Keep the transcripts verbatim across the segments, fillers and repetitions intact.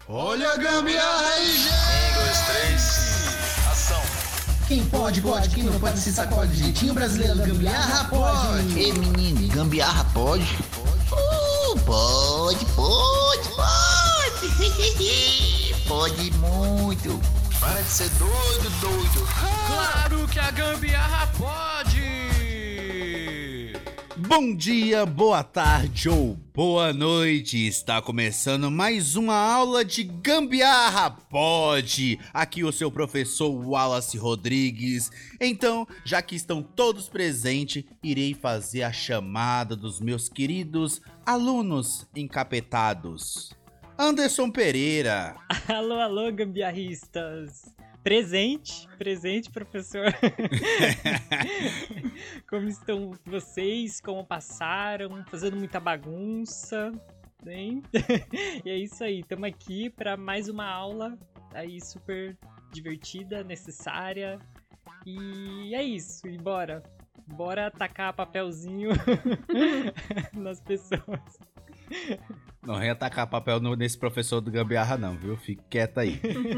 Olha a gambiarra aí, gente! Um, dois, três, ação! Quem pode, pode, quem não pode se sacode. Jeitinho brasileiro, gambiarra pode! Ei, menino, gambiarra pode? Uh, pode, pode, pode! Pode muito! Para de ser doido, doido! Claro que a gambiarra pode! Bom dia, boa tarde ou boa noite, está começando mais uma aula de Gambiarra Pode, aqui o seu professor Wallace Rodrigues. Então, já que estão todos presentes, irei fazer a chamada dos meus queridos alunos encapetados. Anderson Pereira. Alô, alô, gambiarristas. Presente, presente, professor. Como estão vocês? Como passaram? Fazendo muita bagunça, hein? E é isso aí, estamos aqui para mais uma aula aí super divertida, necessária. E é isso, e bora. Bora atacar papelzinho nas pessoas. Não venha tacar papel no, nesse professor do Gambiarra não, viu? Fique quieto aí.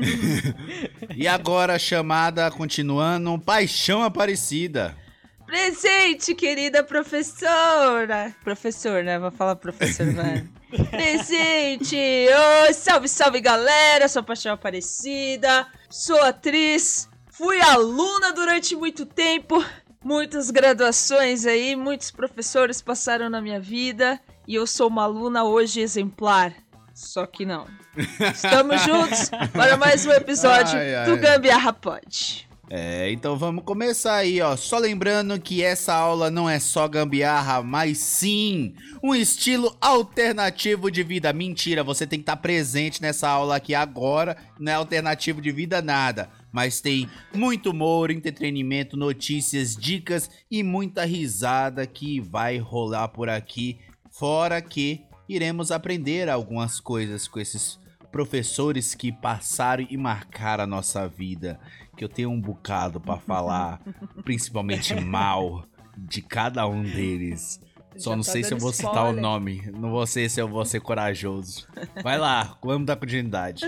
E agora a chamada continuando, Paixão Aparecida. Presente, querida professora. Professor, né? Vou falar professor, vai. Presente! Oh, salve, salve, galera! Sou Paixão Aparecida, sou atriz, fui aluna durante muito tempo, muitas graduações aí, muitos professores passaram na minha vida. E eu sou uma aluna hoje exemplar. Só que não. Estamos juntos para mais um episódio ai, ai. do Gambiarra Pode. É, então vamos começar aí, ó. Só lembrando que essa aula não é só gambiarra, mas sim um estilo alternativo de vida. Mentira, você tem que estar presente nessa aula aqui agora. Não é alternativo de vida nada. Mas tem muito humor, entretenimento, notícias, dicas e muita risada que vai rolar por aqui. Fora que iremos aprender algumas coisas com esses professores que passaram e marcaram a nossa vida. Que eu tenho um bocado para falar, principalmente mal, de cada um deles. Só Já não tá sei se eu vou citar spoiler. O nome, não vou sei se eu vou ser corajoso. Vai lá, vamos dar continuidade.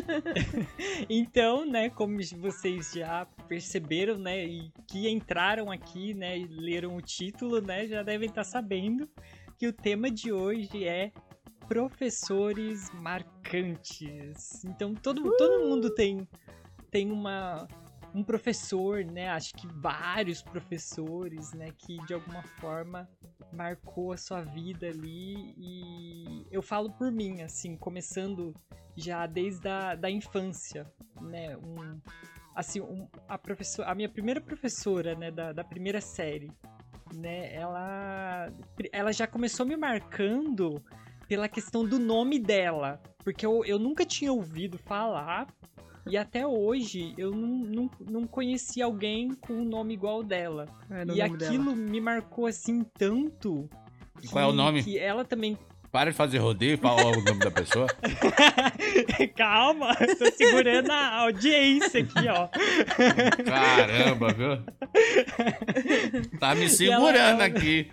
Então, né, como vocês já perceberam, né, e que entraram aqui, né, e leram o título, né, já devem estar sabendo que o tema de hoje é professores marcantes. Então todo, uh! todo mundo tem, tem uma, um professor, né? Acho que vários professores, né? Que de alguma forma marcou a sua vida ali. E eu falo por mim, assim, começando já desde a da infância, né? Um, assim, um, a, professor, a minha primeira professora, né? Da, da primeira série. Né, ela, ela já começou me marcando pela questão do nome dela, porque eu, eu nunca tinha ouvido falar e até hoje eu não, não, não conhecia alguém com um nome igual dela. É, e aquilo dela. Me marcou assim tanto. Que, qual é o nome? Que ela também. Para de fazer rodeio e fala logo o nome da pessoa. Calma, tô segurando a audiência aqui, ó. Caramba, viu? Tá me segurando ela, aqui.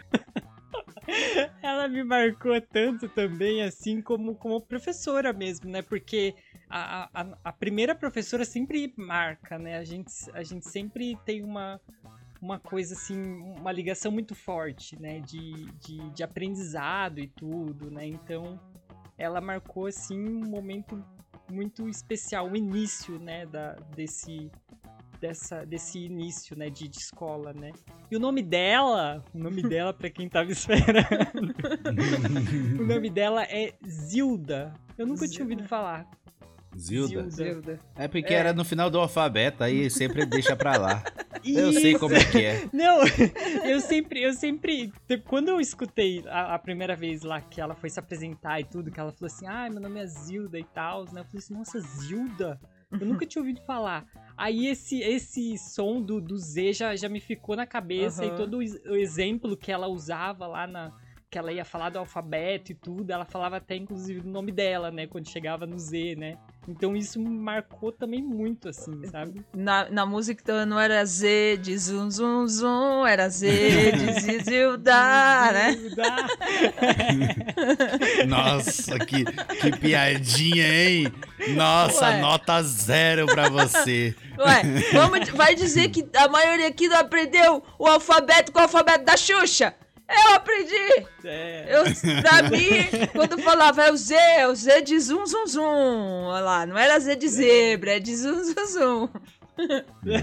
Ela me marcou tanto também, assim, como, como professora mesmo, né? Porque a, a, a primeira professora sempre marca, né? A gente, a gente sempre tem uma... uma coisa assim, uma ligação muito forte, né, de, de, de aprendizado e tudo, né, então ela marcou assim um momento muito especial, o início, né, da, desse, dessa, desse início, né, de, de escola, né, e o nome dela, o nome dela pra quem tava esperando, o nome dela é Zilda, eu nunca Zilda. tinha ouvido falar. Zilda. Zilda. É porque é. era no final do alfabeto, aí sempre deixa pra lá. Isso. Eu sei como é que é. Não, eu sempre, eu sempre, quando eu escutei a, a primeira vez lá que ela foi se apresentar e tudo, que ela falou assim, ah, meu nome é Zilda e tal, né? Eu falei assim, nossa, Zilda? Eu nunca tinha ouvido falar. Aí esse, esse som do, do Z já, já me ficou na cabeça, uhum. E todo o exemplo que ela usava lá na... que ela ia falar do alfabeto e tudo, ela falava até inclusive o nome dela, né, quando chegava no Z, né, Então isso me marcou também muito, assim, sabe? Na, na música então, não era Z de zum zum zum, era Z de Zizildá, né? Nossa, que, que piadinha, hein? Nossa, Ué. nota zero pra você. Ué, vamos, vai dizer que a maioria aqui não aprendeu o alfabeto com o alfabeto da Xuxa? Eu aprendi! É. Eu, pra mim, quando falava é o Z, é o Z de zum zum zum. Olha lá, não era Z de zebra, é de zum zum zum. Meu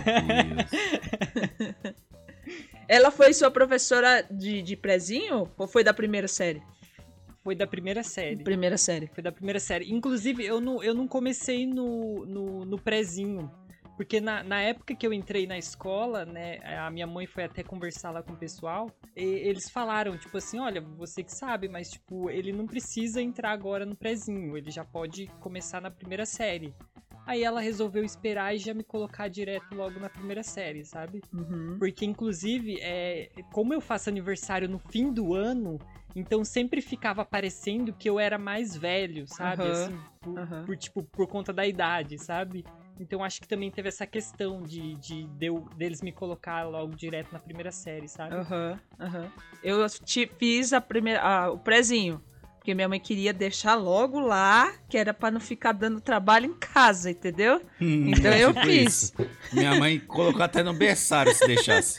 Deus. Ela foi sua professora de, de prezinho ou foi da primeira série? Foi da primeira série. Primeira série. Foi da primeira série. Inclusive, eu não, eu não comecei no, no, no prezinho. Porque na, na época que eu entrei na escola, né, a minha mãe foi até conversar lá com o pessoal, e eles falaram, tipo assim, olha, você que sabe, mas, tipo, ele não precisa entrar agora no prezinho, ele já pode começar na primeira série. Aí ela resolveu esperar e já me colocar direto logo na primeira série, sabe? Uhum. Porque, inclusive, é, como eu faço aniversário no fim do ano, então sempre ficava parecendo que eu era mais velho, sabe? Uhum. Assim, por, Uhum. por, tipo, por conta da idade, sabe? Então acho que também teve essa questão de, de, de eu, deles me colocar logo direto na primeira série, sabe? Aham, uhum, aham. Uhum. Eu te fiz a primeira, ah, o prezinho, porque minha mãe queria deixar logo lá, que era pra não ficar dando trabalho em casa, entendeu? Hum, então eu tipo fiz. isso. Minha mãe colocou até no berçário se deixasse.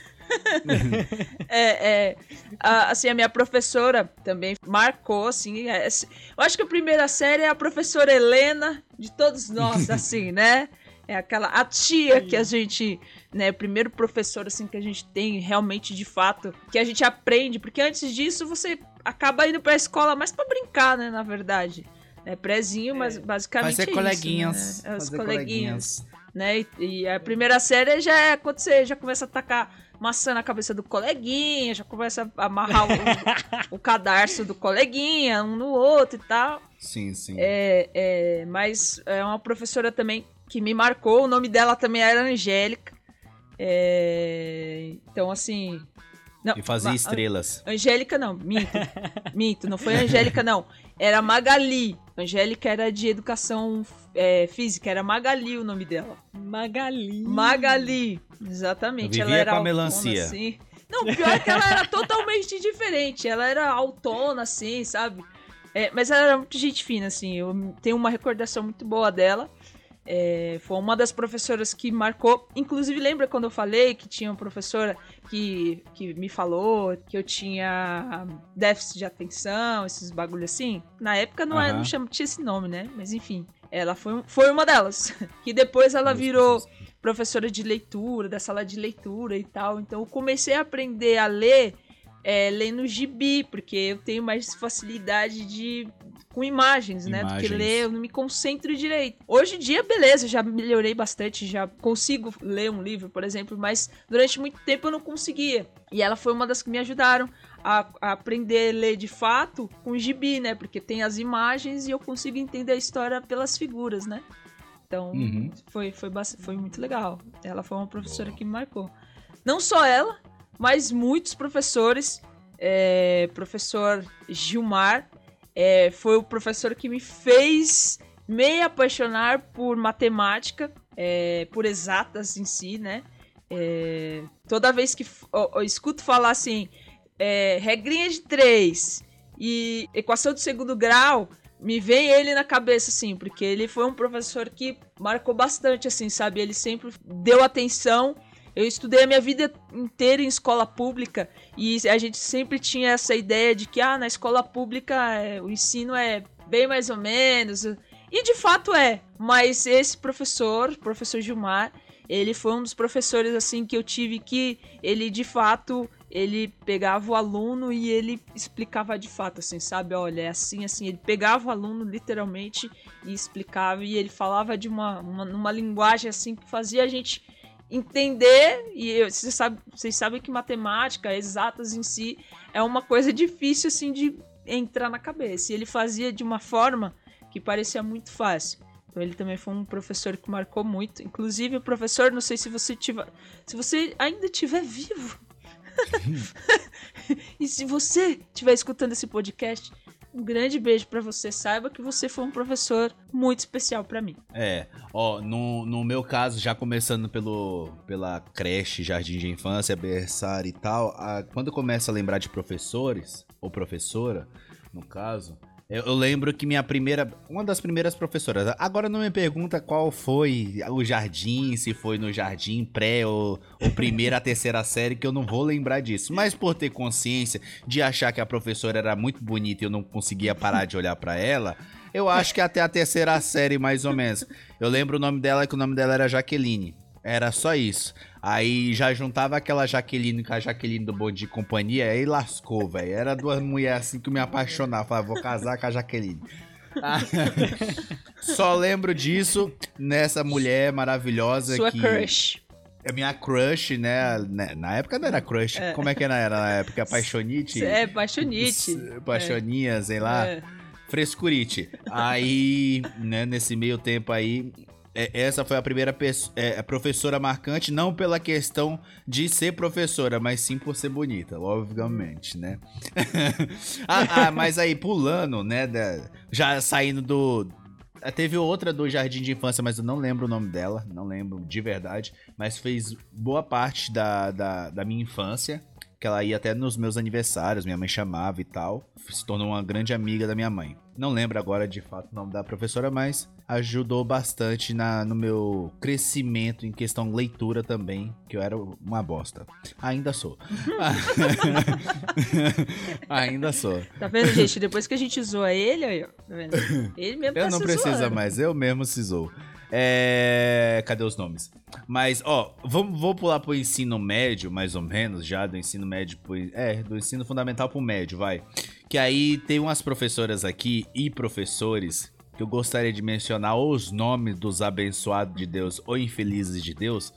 é, é, a, assim, a minha professora também marcou, assim, é, eu acho que a primeira série é a professora Helena de todos nós, assim, né? É aquela, a tia que a gente, né, o primeiro professor, assim, que a gente tem realmente, de fato, que a gente aprende, porque antes disso você acaba indo pra escola mais pra brincar, né, na verdade. É prézinho, mas basicamente Fazer é coleguinhas. isso, né? É os Fazer coleguinhas, coleguinhas. né? E, e a primeira série já é quando você já começa a tacar maçã na cabeça do coleguinha, já começa a amarrar o, o cadarço do coleguinha, um no outro e tal. Sim, sim. É, é, mas é uma professora também que me marcou, o nome dela também era Angélica. É, então, assim... Não, E fazia Ma- estrelas. Angélica não, minto. Minto, não foi Angélica não. Era Magali. Angélica era de educação é, física, era Magali o nome dela. Magali. Magali, exatamente. Eu Ela vivia era com a autona, melancia. assim. Não, pior é que ela era totalmente diferente. Ela era autona, assim, sabe? É, mas ela era muito gente fina, assim. Eu tenho uma recordação muito boa dela. É, foi uma das professoras que marcou. Inclusive, lembra quando eu falei que tinha uma professora que, que me falou que eu tinha déficit de atenção, esses bagulho assim? Na época não, é, Aham. não chama, tinha esse nome, né? Mas enfim, ela foi, foi uma delas. Que depois ela virou professora de leitura, da sala de leitura e tal. Então eu comecei a aprender a ler é, lendo gibi, porque eu tenho mais facilidade de com imagens, né? Do que Imagens. ler, eu não me concentro direito. Hoje em dia, beleza, já melhorei bastante, já consigo ler um livro, por exemplo, mas durante muito tempo eu não conseguia. E ela foi uma das que me ajudaram a, a aprender a ler de fato com gibi, né? Porque tem as imagens e eu consigo entender a história pelas figuras, né? Então, Uhum. foi, foi, bast- foi muito legal. Ela foi uma professora que me marcou. Não só ela, mas muitos professores. É, professor Gilmar é, foi o professor que me fez me apaixonar por matemática, é, por exatas em si, né? É, toda vez que f- eu, eu escuto falar assim, é, regrinha de três e equação de segundo grau, me vem ele na cabeça, assim, porque ele foi um professor que marcou bastante, assim, sabe? Ele sempre deu atenção. Eu estudei a minha vida inteira em escola pública e a gente sempre tinha essa ideia de que, ah, na escola pública é, o ensino é bem mais ou menos. E de fato é, mas esse professor, professor Gilmar, ele foi um dos professores, assim, que eu tive que, ele de fato, ele pegava o aluno e ele explicava de fato, assim, sabe? Olha, é assim, assim, ele pegava o aluno literalmente e explicava, e ele falava de uma, uma, numa linguagem, assim, que fazia a gente entender, e eu, vocês, sabem, vocês sabem que matemática, exatas em si, é uma coisa difícil, assim, de entrar na cabeça. E ele fazia de uma forma que parecia muito fácil. Então ele também foi um professor que marcou muito. Inclusive, o professor, não sei se você tiver, se você ainda estiver vivo, e se você estiver escutando esse podcast, Um grande beijo pra você. Saiba que você foi um professor muito especial pra mim. É, ó, no, no meu caso, já começando pelo, pela creche, jardim de infância, berçário e tal, a, quando eu começo a lembrar de professores, ou professora, no caso, eu, eu lembro que minha primeira, uma das primeiras professoras, agora não me pergunta qual foi o jardim, se foi no jardim pré ou, ou primeira a terceira série, que eu não vou lembrar disso, mas por ter consciência de achar que a professora era muito bonita e eu não conseguia parar de olhar pra ela, eu acho que até a terceira série, mais ou menos. Eu lembro o nome dela, que o nome dela era Jaqueline. Era só isso. Aí já juntava aquela Jaqueline com a Jaqueline do Bom Dia e Companhia, aí lascou, velho. Era duas mulheres assim que eu me apaixonava. Falava, vou casar com a Jaqueline. Só lembro disso nessa mulher maravilhosa. Sua que... crush. É minha crush, né? Na época não era crush. É. Como é que era na época? Paixonite? É, paixonite. Paixoninha, é. sei lá. É. Frescurite. Aí, né, nesse meio tempo aí, é, essa foi a primeira peço- é, a professora marcante, não pela questão de ser professora, mas sim por ser bonita, obviamente, né? ah, ah, mas aí, pulando, né, da- já saindo do... Teve outra do Jardim de Infância, mas eu não lembro o nome dela, não lembro de verdade, mas fez boa parte da, da, da minha infância, que ela ia até nos meus aniversários, minha mãe chamava e tal, se tornou uma grande amiga da minha mãe. Não lembro agora de fato o nome da professora, mas ajudou bastante na, no meu crescimento em questão de leitura também, que eu era uma bosta. Ainda sou. Ainda sou. Tá vendo, gente? Depois que a gente zoa ele, aí, ó. Tá vendo? Ele mesmo Eu tá não se precisa zoando. mais, eu mesmo se zoo. É... Cadê os nomes? Mas, ó, vamos, vou pular pro ensino médio, mais ou menos, já do ensino médio pro... É, do ensino fundamental pro médio, vai. Que aí tem umas professoras aqui e professores que eu gostaria de mencionar os nomes dos abençoados de Deus ou infelizes de Deus.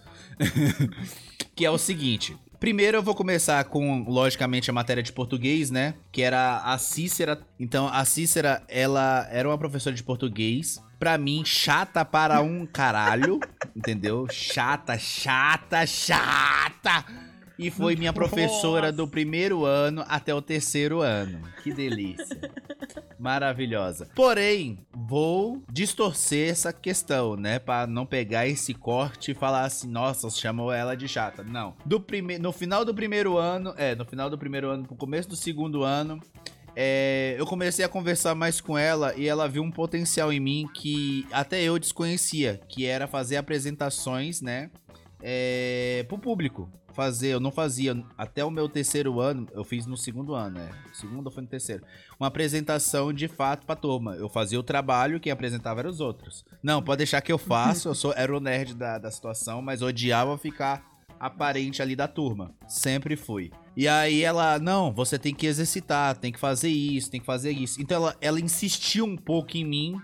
Que é o seguinte... Primeiro eu vou começar com, logicamente, a matéria de português, né? Que era a Cícera. Então, a Cícera, ela era uma professora de português. Pra mim, chata para um caralho. Entendeu? Chata, chata, chata. E foi minha professora do primeiro ano até o terceiro ano. Que delícia. Maravilhosa. Porém, vou distorcer essa questão, né? Pra não pegar esse corte e falar assim, nossa, chamou ela de chata. Não. Do prime... No final do primeiro ano, é, no final do primeiro ano, pro começo do segundo ano, é, eu comecei a conversar mais com ela e ela viu um potencial em mim que até eu desconhecia, que era fazer apresentações, né? É, pro público. Fazer, eu não fazia até o meu terceiro ano, eu fiz no segundo ano, né? Segundo ou foi no terceiro? Uma apresentação de fato pra turma. Eu fazia o trabalho, quem apresentava eram os outros. Não, pode deixar que eu faço, eu sou, era o nerd da, da situação, mas odiava ficar aparente ali da turma. Sempre fui. E aí ela, não, você tem que exercitar, tem que fazer isso, tem que fazer isso. Então ela, ela insistiu um pouco em mim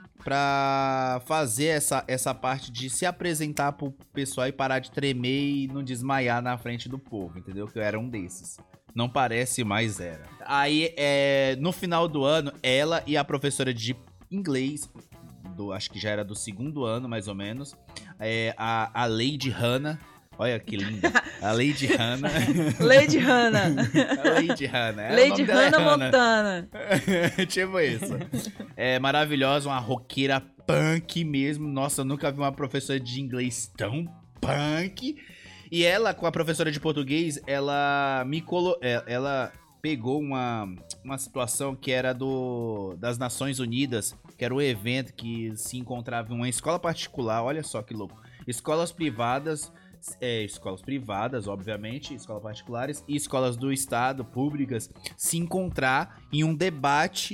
pra fazer essa, essa parte de se apresentar pro pessoal e parar de tremer e não desmaiar na frente do povo, entendeu? Que eu era um desses. Não parece, mas era. Aí, é, no final do ano, ela e a professora de inglês, do, acho que já era do segundo ano, mais ou menos, é, a, a Lady Hannah. Olha que linda. A Lady Hannah. Lady Hannah. A Lady Hannah. É, Lady Hannah Montana. Tipo isso. É maravilhosa, uma roqueira punk mesmo. Nossa, eu nunca vi uma professora de inglês tão punk. E ela, com a professora de português, ela me colo... ela pegou uma, uma situação que era do das Nações Unidas, que era o evento que se encontrava em uma escola particular. Olha só que louco. Escolas privadas... É, escolas privadas, obviamente, escolas particulares e escolas do estado, públicas, se encontrar em um debate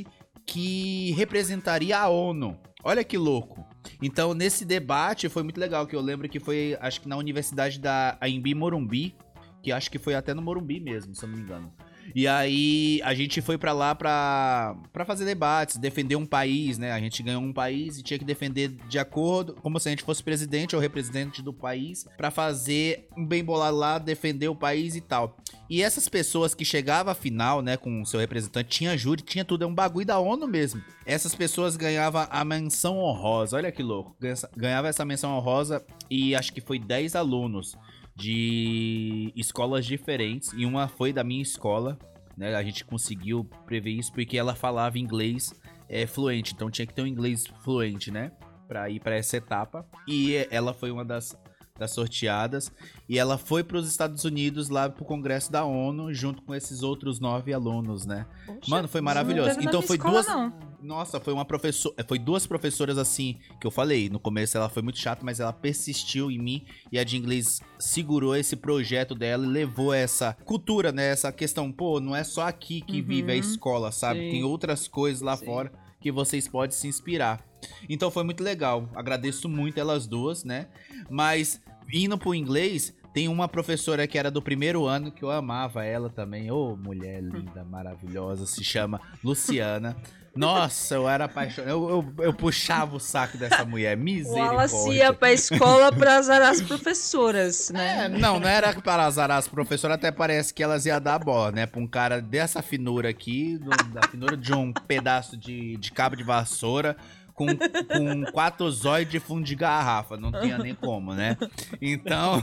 que representaria a ONU. Olha que louco. Então, nesse debate foi muito legal, que eu lembro que foi, acho que na Universidade da Anhembi Morumbi, que acho que foi até no Morumbi mesmo, se eu não me engano. E aí a gente foi pra lá pra, pra fazer debates, defender um país, né? A gente ganhou um país e tinha que defender de acordo, como se a gente fosse presidente ou representante do país, pra fazer um bem bolado lá, defender o país e tal. E essas pessoas que chegavam à final, né, com o seu representante, tinha júri, tinha tudo, é um bagulho da ONU mesmo. Essas pessoas ganhavam a menção honrosa, olha que louco. Ganhava essa menção honrosa e acho que foi dez alunos de escolas diferentes, e uma foi da minha escola, né? A gente conseguiu prever isso porque ela falava inglês é, fluente, então tinha que ter um inglês fluente, né? Pra ir pra essa etapa. E ela foi uma das, das sorteadas. E ela foi pros Estados Unidos, lá pro Congresso da ONU, junto com esses outros nove alunos, né? Poxa, Mano, foi isso maravilhoso. não teve na Então minha foi escola, duas. não. Nossa, foi uma professora. Foi duas professoras assim que eu falei. No começo ela foi muito chata, mas ela persistiu em mim. E a de inglês segurou esse projeto dela e levou essa cultura, né? Essa questão, pô, não é só aqui que Uhum. vive a escola, sabe? Sim. Tem outras coisas lá Sim. fora que vocês podem se inspirar. Então foi muito legal. Agradeço muito elas duas, né? Mas indo pro inglês, tem uma professora que era do primeiro ano que eu amava ela também. Ô, mulher linda, maravilhosa, se chama Luciana. Nossa, eu era apaixonado. Eu, eu, eu puxava o saco dessa mulher, O Wallace ia misericórdia. pra escola pra azarar as professoras, né? É, não, não era para azar as professoras, até parece que elas iam dar bola, né? Pra um cara dessa finura aqui, do- da finura de um pedaço de, de cabo de vassoura, com, com quatro zóides de fundo de garrafa, não tinha nem como, né? Então,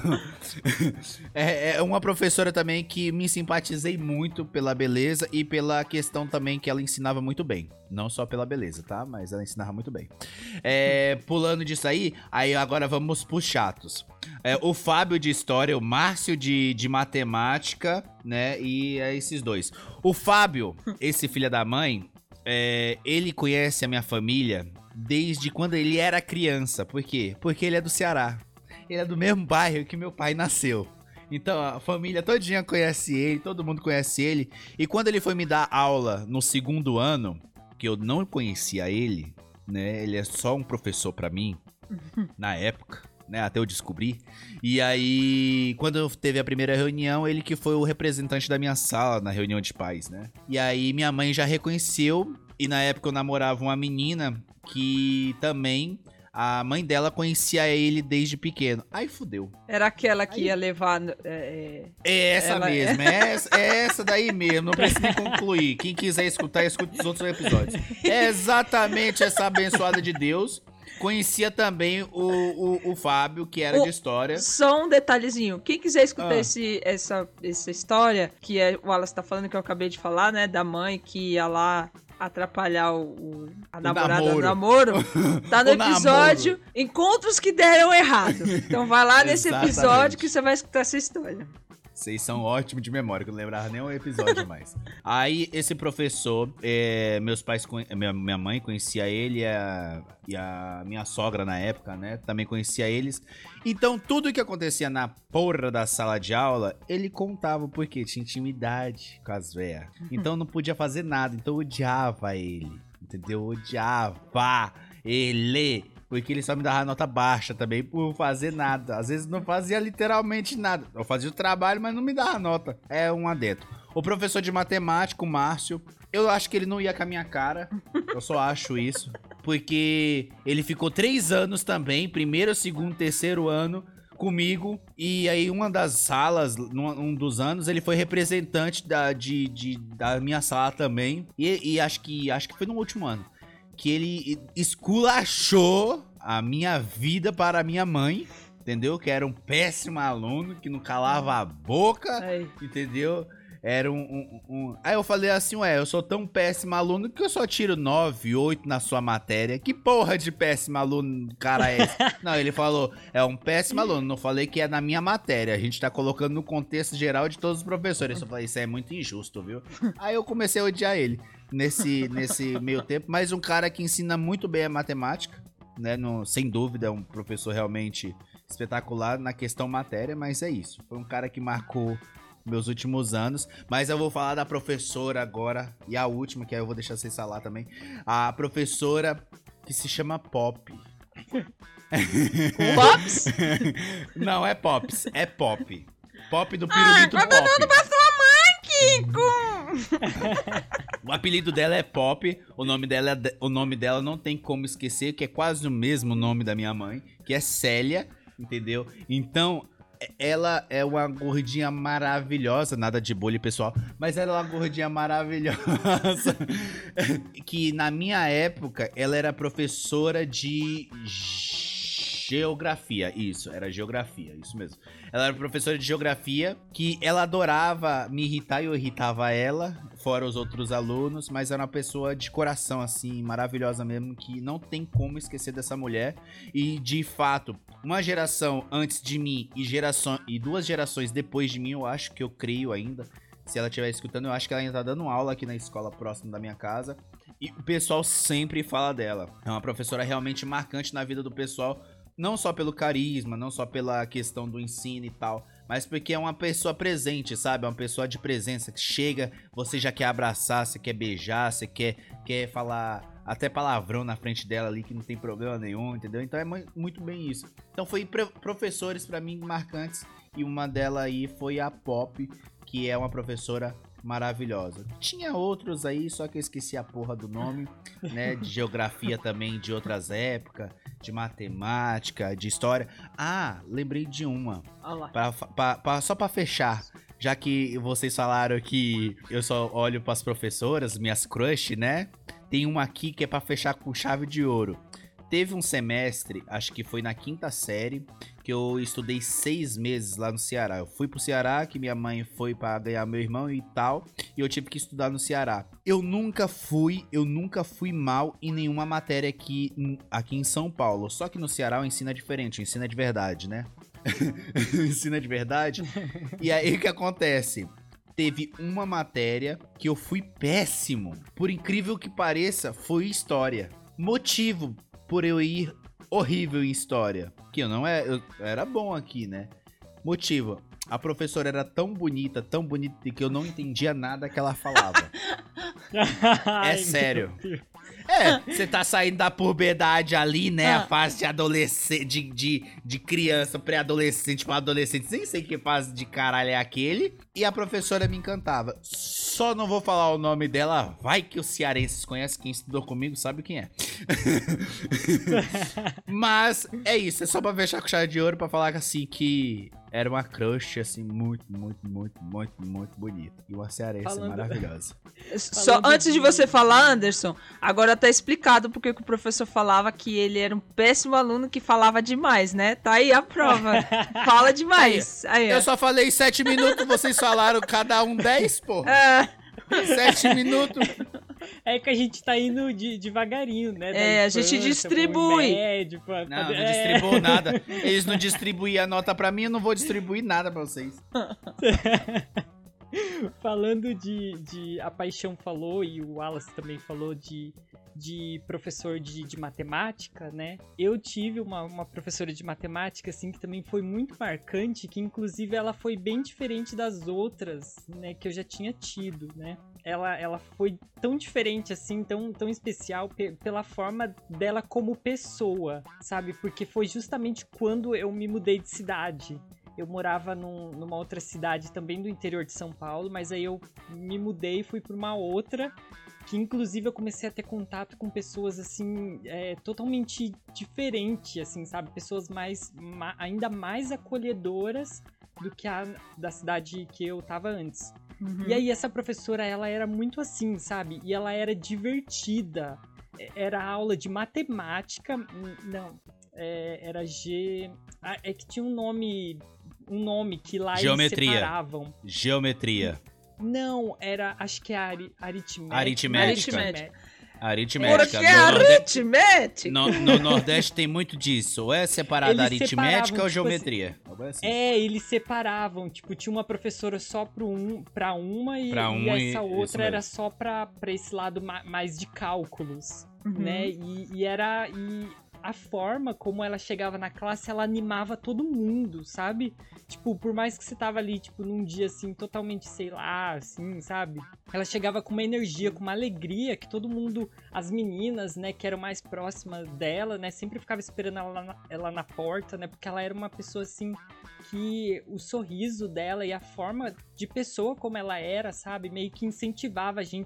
é, é uma professora também que me simpatizei muito pela beleza e pela questão também que ela ensinava muito bem. Não só pela beleza, tá? Mas ela ensinava muito bem. É, pulando disso aí, aí agora vamos pros chatos. É, o Fábio de História, o Márcio de, de Matemática, né? E é esses dois. O Fábio, esse filho da mãe, é, ele conhece a minha família desde quando ele era criança. Por quê? Porque ele é do Ceará. Ele é do mesmo bairro que meu pai nasceu. Então a família todinha conhece ele, todo mundo conhece ele. E quando ele foi me dar aula no segundo ano, que eu não conhecia ele, né? Ele é só um professor pra mim, na época, né? Até eu descobrir. E aí, quando teve a primeira reunião, ele que foi o representante da minha sala na reunião de pais, né? E aí minha mãe já reconheceu. E na época eu namorava uma menina que também a mãe dela conhecia ele desde pequeno. Aí fudeu. Era aquela que ia levar. É, É essa Ela- mesmo, é essa, é essa daí mesmo. Não precisa nem concluir. Quem quiser escutar, escuta os outros episódios. É exatamente essa abençoada de Deus. Conhecia também o, o, o Fábio, que era O- de história. Só um detalhezinho. Quem quiser escutar Ah. esse, essa, essa história, que é, o Wallace tá falando, que eu acabei de falar, né? Da mãe que ia lá atrapalhar o, o- a namorada do namoro. Tá no O namoro. episódio Encontros que Deram Errado. Então vai lá nesse Exatamente. episódio que você vai escutar essa história. Vocês são ótimos de memória, que eu não lembrava nem um episódio mais. Aí, esse professor, é, meus pais, conhe- minha, minha mãe conhecia ele e a, e a minha sogra na época, né? Também conhecia eles. Então, tudo que acontecia na porra da sala de aula, ele contava, porque tinha intimidade com as véias. Então, não podia fazer nada. Então, eu odiava ele, entendeu? Eu odiava ele. Porque ele só me dava nota baixa também por fazer nada. Às vezes não fazia literalmente nada. Eu fazia o trabalho, mas não me dava nota. É um adentro. O professor de matemática, o Márcio, eu acho que ele não ia com a minha cara. Eu só acho isso. Porque ele ficou três anos também. Primeiro, segundo, terceiro ano comigo. E aí uma das salas, num um dos anos, ele foi representante da, de, de- da minha sala também. E, e acho, que, acho que foi no último ano. Que ele esculachou a minha vida para a minha mãe, entendeu? Que era um péssimo aluno, que não calava a boca, Aí. entendeu? Era um, um- um- Aí eu falei assim, ué, eu sou tão péssimo aluno que eu só tiro nove, oito na sua matéria. Que porra de péssimo aluno, cara, é esse? Não, ele falou, é um péssimo aluno, não falei que é na minha matéria. A gente tá colocando no contexto geral de todos os professores. Eu falei, isso é muito injusto, viu? Aí eu comecei a odiar ele nesse, nesse meio tempo. Mas um cara que ensina muito bem a matemática, né? No, sem dúvida, é um professor realmente espetacular na questão matéria, mas é isso. Foi um cara que marcou meus últimos anos. Mas eu vou falar da professora agora, e a última, que aí eu vou deixar vocês falar também. A professora que se chama Pop. Pops? Não, é Pops, é Pop. Pop do Pirulito Pop. O apelido dela é Pop, o nome dela, é- o nome dela não tem como esquecer, que é quase o mesmo nome da minha mãe, que é Célia, entendeu? Então, ela é uma gordinha maravilhosa, nada de bullying, pessoal, mas ela é uma gordinha maravilhosa, que na minha época, ela era professora de Geografia, isso, era geografia, isso mesmo. Ela era professora de geografia, que ela adorava me irritar e eu irritava ela, fora os outros alunos, mas era uma pessoa de coração, assim, maravilhosa mesmo, que não tem como esquecer dessa mulher. E, de fato, uma geração antes de mim e, geração, e duas gerações depois de mim, eu acho que eu creio ainda, se ela estiver escutando, eu acho que ela ainda tá dando aula aqui na escola próxima da minha casa. E o pessoal sempre fala dela. É uma professora realmente marcante na vida do pessoal, não só pelo carisma, não só pela questão do ensino e tal, mas porque é uma pessoa presente, sabe? É uma pessoa de presença, que chega, você já quer abraçar, você quer beijar, você quer, quer falar até palavrão na frente dela ali, que não tem problema nenhum, entendeu? Então é muito bem isso. Então foi professores pra mim marcantes, e uma delas aí foi a Pop, que é uma professora maravilhosa. Tinha outros aí, só que eu esqueci a porra do nome, né? De geografia também, de outras épocas, de matemática, de história. Ah, lembrei de uma. Pra, pra, pra, só pra fechar, já que vocês falaram que eu só olho pras professoras, minhas crush, né? Tem uma aqui que é pra fechar com chave de ouro. Teve um semestre, acho que foi na quinta série, que eu estudei seis meses lá no Ceará. Eu fui pro Ceará, que minha mãe foi pra ganhar meu irmão e tal, e eu tive que estudar no Ceará. Eu nunca fui, eu nunca fui mal em nenhuma matéria aqui, aqui em São Paulo. Só que no Ceará o ensino é diferente, o ensino é de verdade, né? O ensino é de verdade. E aí o que acontece? Teve uma matéria que eu fui péssimo. Por incrível que pareça, foi história. Motivo por eu ir horrível em história, que eu não é, eu era bom aqui, né? Motivo, a professora era tão bonita, tão bonita, que eu não entendia nada que ela falava. É sério. É, você tá saindo da puberdade ali, né? A fase de adolescente, de, de, de criança, pré-adolescente pra adolescente, nem sei que fase de caralho é aquele. E a professora me encantava. Só não vou falar o nome dela, vai que os cearenses conhecem, quem estudou comigo sabe quem é. Mas é isso, é só pra fechar com chave de ouro, pra falar assim que era uma crush, assim, muito, muito, muito, muito, muito bonita. E uma cearense Falando... maravilhosa. Só antes de você falar, Anderson, agora tá explicado porque o professor falava que ele era um péssimo aluno que falava demais, né? Tá aí a prova. Fala demais. Aí, eu só falei sete minutos, vocês falaram cada um dez, pô. É. Sete minutos. É que a gente tá indo de, devagarinho, né? Da é, infância, a gente distribui. Médio, pra, não, pra... não é. distribuo nada. Eles não distribuíram a nota pra mim, eu não vou distribuir nada pra vocês. Falando de, de... A Paixão falou, e o Wallace também falou de, de professor de, de matemática, né? Eu tive uma, uma professora de matemática, assim, que também foi muito marcante, que inclusive ela foi bem diferente das outras, né? Que eu já tinha tido, né? Ela, ela foi tão diferente, assim, tão, tão especial pe- pela forma dela como pessoa, sabe? Porque foi justamente quando eu me mudei de cidade. Eu morava num, numa outra cidade também do interior de São Paulo, mas aí eu me mudei e fui para uma outra, que inclusive eu comecei a ter contato com pessoas, assim, é, totalmente diferentes, assim, sabe? Pessoas mais, ma- ainda mais acolhedoras do que a da cidade que eu tava antes. Uhum. E aí essa professora, ela era muito assim, sabe? E ela era divertida. Era aula de matemática, não, é, era G... É que tinha um nome, um nome que lá Geometria. eles separavam. Geometria. Não, era, acho que é ari, aritmética. Aritmética. Aritmética. Aritmética. Porque é aritmética. No, no Nordeste tem muito disso. Ou é separada Eles aritmética ou tipo geometria. Assim, é, eles separavam. Tipo, tinha uma professora só pro um, pra uma e, pra um e essa e, outra era só pra, pra esse lado ma, mais de cálculos, uhum. né? E, e era... E a forma como ela chegava na classe, ela animava todo mundo, sabe? Tipo, por mais que você tava ali, tipo, num dia, assim, totalmente, sei lá, assim, sabe? Ela chegava com uma energia, com uma alegria, que todo mundo, as meninas, né, que eram mais próximas dela, né, sempre ficava esperando ela na, ela na porta, né? Porque ela era uma pessoa, assim, que o sorriso dela e a forma de pessoa como ela era, sabe? Meio que incentivava a gente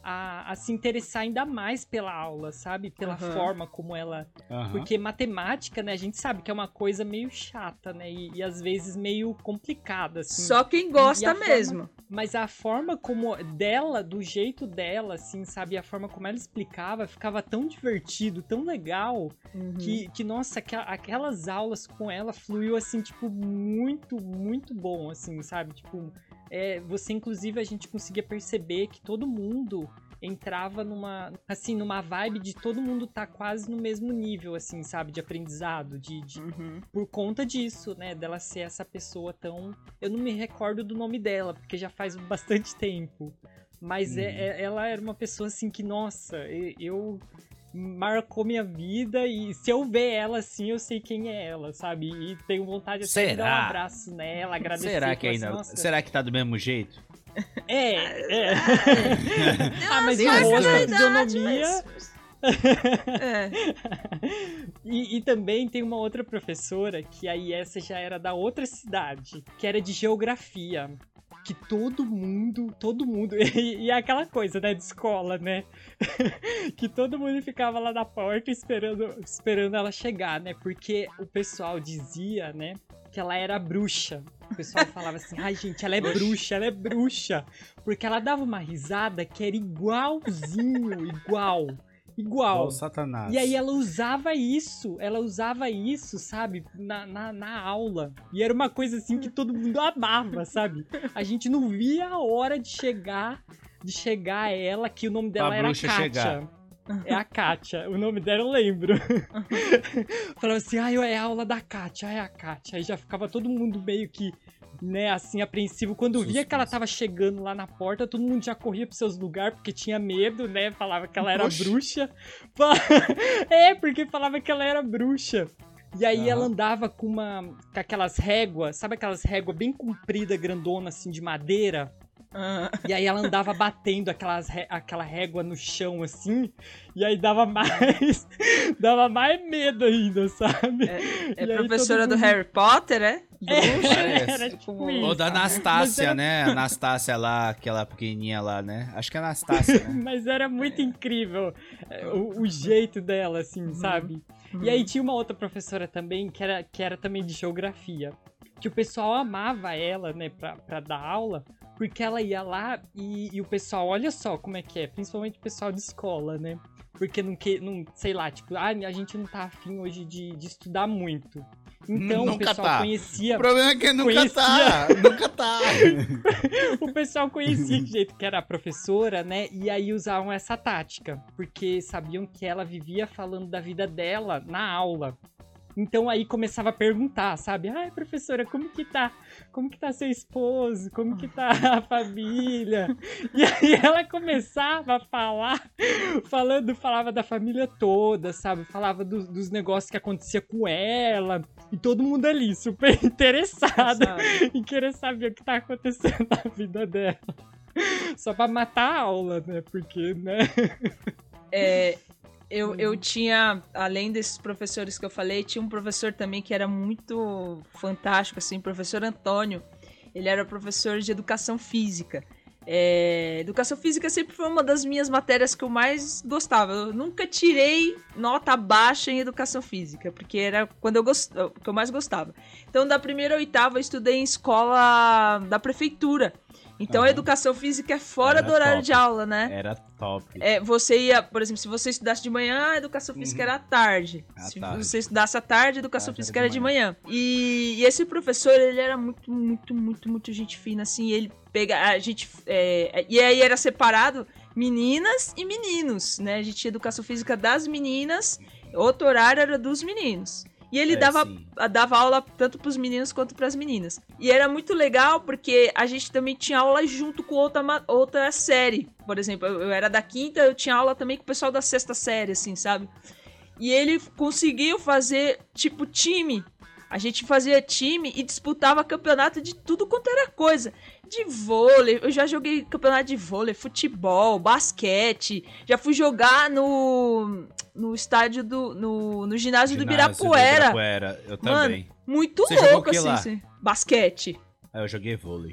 a, a se interessar ainda mais pela aula, sabe? Pela Uhum. forma como ela... Aham. Porque matemática, né, a gente sabe que é uma coisa meio chata, né? E, e às vezes meio complicada, assim. Só quem E gosta a forma- mesmo. Mas a forma como dela, do jeito dela, assim, sabe? A forma como ela explicava, ficava tão divertido, tão legal, Uhum. que, que nossa, aqua- aquelas aulas com ela fluiu, assim, tipo, muito, muito bom, assim, sabe? Tipo, é, você, inclusive, a gente conseguia perceber que todo mundo entrava numa, assim, numa vibe de todo mundo tá quase no mesmo nível, assim, sabe? De aprendizado, de, de Uhum. por conta disso, né, dela ser essa pessoa tão... Eu não me recordo do nome dela, porque já faz bastante tempo. Mas é- é- ela era uma pessoa, assim, que, nossa, e- eu... marcou minha vida e se eu ver ela, assim, eu sei quem é ela, sabe? E tenho vontade assim, de dar um Será? abraço nela, agradecer. Será que falar assim, ainda. "Nossa, Será que tá do mesmo jeito? É, é. Deu Ah, mas umas em marcas rosto, da idade, fisionomia... mas- É. E, e também tem uma outra professora, que aí essa já era da outra cidade, que era de geografia. Que todo mundo, todo mundo, e, e é aquela coisa, né, de escola, né? Que todo mundo ficava lá na porta esperando, esperando ela chegar, né? Porque o pessoal dizia, né, que ela era bruxa. O pessoal falava assim, ai gente, ela é bruxa, ela é bruxa. Porque ela dava uma risada que era igualzinho, igual. Igual. Ó, Satanás. E aí ela usava isso, ela usava isso, sabe, na, na, na aula. E era uma coisa assim que todo mundo amava, sabe? A gente não via a hora de chegar, de chegar ela, que o nome dela Pra era bruxa Kátia. chegar. É a Kátia, o nome dela eu lembro. Falava assim, ai, é a aula da Kátia, é a Kátia. Aí já ficava todo mundo meio que, né, assim, apreensivo. Quando via Suspense. que ela tava chegando lá na porta, todo mundo já corria pros seus lugares, porque tinha medo, né? Falava que ela era Oxi. bruxa. Fa- É, porque falava que ela era bruxa. E aí Aham. ela andava com uma. Com aquelas réguas, sabe aquelas réguas bem compridas, grandona, assim, de madeira? Ah, E aí ela andava batendo aquelas ré- aquela régua no chão, assim, e aí dava mais. dava mais medo ainda, sabe? é E aí professora todo do mundo- Harry Potter, é? É, Parece. era tipo Ou isso. Ou da Mas Anastácia, era- né? Anastácia lá, aquela pequenininha lá, né? Acho que é Anastácia, né? Mas era muito incrível é, o, o jeito dela, assim, sabe? E aí tinha uma outra professora também, que era, que era também de geografia. Que o pessoal amava ela, né, pra, pra dar aula, porque ela ia lá e, e o pessoal, olha só como é que é, principalmente o pessoal de escola, né? Porque não, que, não sei lá, tipo, ah, a gente não tá afim hoje de, de estudar muito. Então o Nunca pessoal tá. conhecia... O problema é que nunca Conhecia. tá. Nunca tá. O pessoal conhecia de jeito que era a professora, né? E aí usavam essa tática, porque sabiam que ela vivia falando da vida dela na aula. Então aí começava a perguntar, sabe? Ai, professora, como que tá? Como que tá seu esposo? Como que tá a família? E aí ela começava a falar, falando, falava da família toda, sabe? Falava do- dos negócios que acontecia com ela. E todo mundo ali, super interessado Sabe? em querer saber o que tá acontecendo na vida dela. Só pra matar a aula, né? Porque, né? É, eu, eu tinha, além desses professores que eu falei, tinha um professor também que era muito fantástico, assim, o professor Antônio. Ele era professor de educação física. É, educação física sempre foi uma das minhas matérias que eu mais gostava. Eu nunca tirei nota baixa em educação física, porque era quando eu gost... o que eu mais gostava. Então, da primeira à oitava, eu estudei em escola da prefeitura. Então, a Aham. educação física é fora Era do horário top. de aula, né? Era top. É, você ia, por exemplo, se você estudasse de manhã, a educação física Uhum. era à tarde. À se tarde. você estudasse à tarde, a educação Tarde física era era de de manhã. E, e esse professor, ele era muito, muito, muito, muito gente fina, assim. Ele pega, a gente, é, e aí era separado meninas e meninos, né? A gente tinha educação física das meninas, outro horário era dos meninos. E ele É, dava, sim. dava aula tanto pros meninos quanto pras meninas. E era muito legal porque a gente também tinha aula junto com outra, ma- outra série. Por exemplo, eu, eu era da quinta, eu tinha aula também com o pessoal da sexta série, assim, sabe? E ele conseguiu fazer, tipo, time. A gente fazia time e disputava campeonato de tudo quanto era coisa. De vôlei, eu já joguei campeonato de vôlei, futebol, basquete. Já fui jogar no, no estádio do... No, no ginásio, do Ginásio Ibirapuera. Ibirapuera, eu Mano, também. muito Você jogou louco, o que assim, lá? assim. Basquete. Ah, eu joguei vôlei.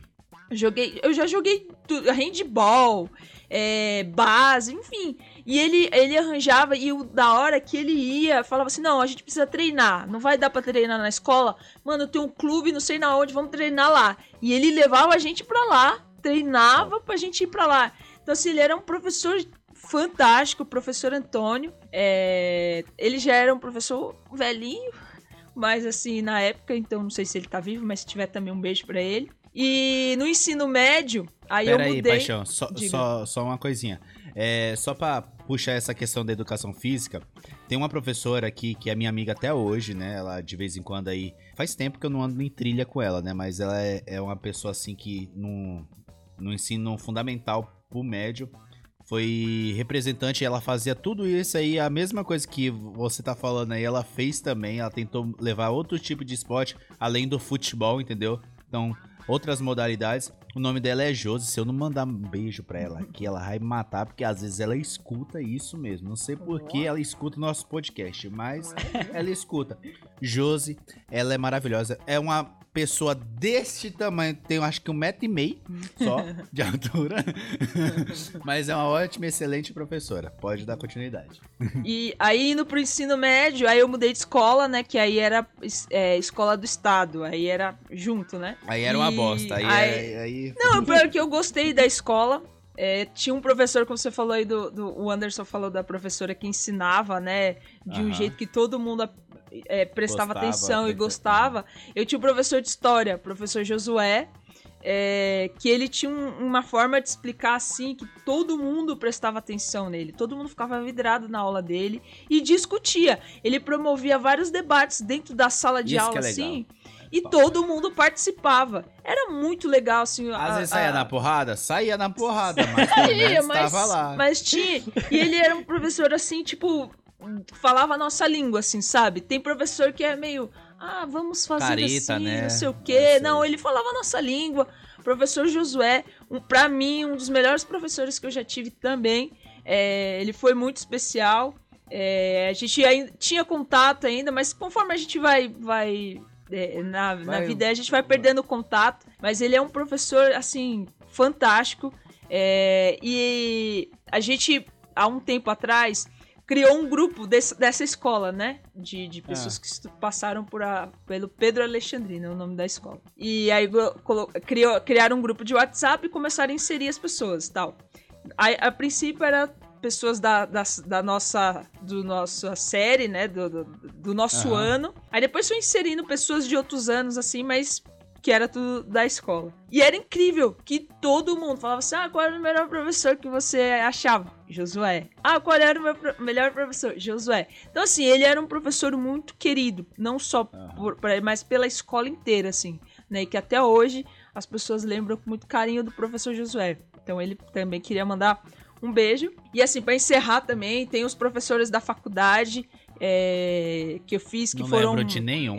Eu, joguei, eu já joguei tudo, handball, é, base, enfim. E ele, ele arranjava, e o da hora que ele ia, falava assim, não, a gente precisa treinar, não vai dar pra treinar na escola. Mano, tem um clube, não sei na onde, vamos treinar lá. E ele levava a gente pra lá, treinava pra gente ir pra lá. Então, assim, ele era um professor fantástico, o professor Antônio. É, ele já era um professor velhinho, mas assim, na época, então não sei se ele tá vivo, mas se tiver também um beijo pra ele. E no ensino médio, aí Pera eu aí, mudei... Paixão, só, só, só uma coisinha. É, só pra puxar essa questão da educação física, tem uma professora aqui que é minha amiga até hoje, né? Ela de vez em quando aí... Faz tempo que eu não ando em trilha com ela, né? Mas ela é, é uma pessoa assim que no, no ensino fundamental pro médio foi representante, ela fazia tudo isso aí, a mesma coisa que você tá falando aí, ela fez também, ela tentou levar outro tipo de esporte, além do futebol, entendeu? Então, outras modalidades. O nome dela é Josi, se eu não mandar um beijo pra ela aqui, ela vai me matar, porque às vezes ela escuta isso mesmo, não sei por que ela escuta o nosso podcast, mas ela escuta. Josi, ela é maravilhosa, é uma pessoa deste tamanho, tem acho que um metro e meio só de altura, mas é uma ótima, excelente professora, pode dar continuidade. E aí indo pro ensino médio, aí eu mudei de escola, né, que aí era é, escola do estado, aí era junto, né. Aí era uma e... bosta, aí... aí... É, aí... Não, pior que eu gostei da escola. É, tinha um professor, como você falou aí, do, do, o Anderson falou da professora que ensinava, né, de um Aham. jeito que todo mundo é, prestava Gostava, atenção e perfeito. gostava. Eu tinha um professor de história, professor Josué, é, que ele tinha um, uma forma de explicar assim, que todo mundo prestava atenção nele, todo mundo ficava vidrado na aula dele e discutia. Ele promovia vários debates dentro da sala de Isso aula, que é legal. assim, e todo mundo participava. Era muito legal, assim. Às a, vezes saía a... na porrada? Saía na porrada, mas pelo menos mas, tava lá. mas tinha. E ele era um professor assim, tipo, falava a nossa língua, assim, sabe? Tem professor que é meio, ah, vamos fazer Careta, assim, né? não sei o Eu quê. sei. Não, ele falava a nossa língua. Professor Josué, um, pra mim, um dos melhores professores que eu já tive também. É, ele foi muito especial. É, a gente ainda, tinha contato ainda, mas conforme a gente vai... vai É, na, Vai, na vida a gente vai perdendo contato, mas ele é um professor, assim, fantástico, é, e a gente, há um tempo atrás, criou um grupo desse, dessa escola, né, de, de pessoas Ah. que estu- passaram por a, pelo Pedro Alexandrino, é o nome da escola, e aí colo- criou, criaram um grupo de WhatsApp e começaram a inserir as pessoas e tal. A, a princípio era pessoas da, da, da nossa, do nossa série, né, do, do, do nosso Aham. ano. Aí depois foi inserindo pessoas de outros anos, assim, mas que era tudo da escola. E era incrível que todo mundo falava assim, ah, qual era o melhor professor que você achava? Josué. Ah, qual era o meu pro- melhor professor? Josué. Então, assim, ele era um professor muito querido, não só por, por- mas pela escola inteira, assim, né, e que até hoje as pessoas lembram com muito carinho do professor Josué. Então, ele também queria mandar um beijo. E assim, pra encerrar também, tem os professores da faculdade é, que eu fiz, que Não foram... lembro de nenhum.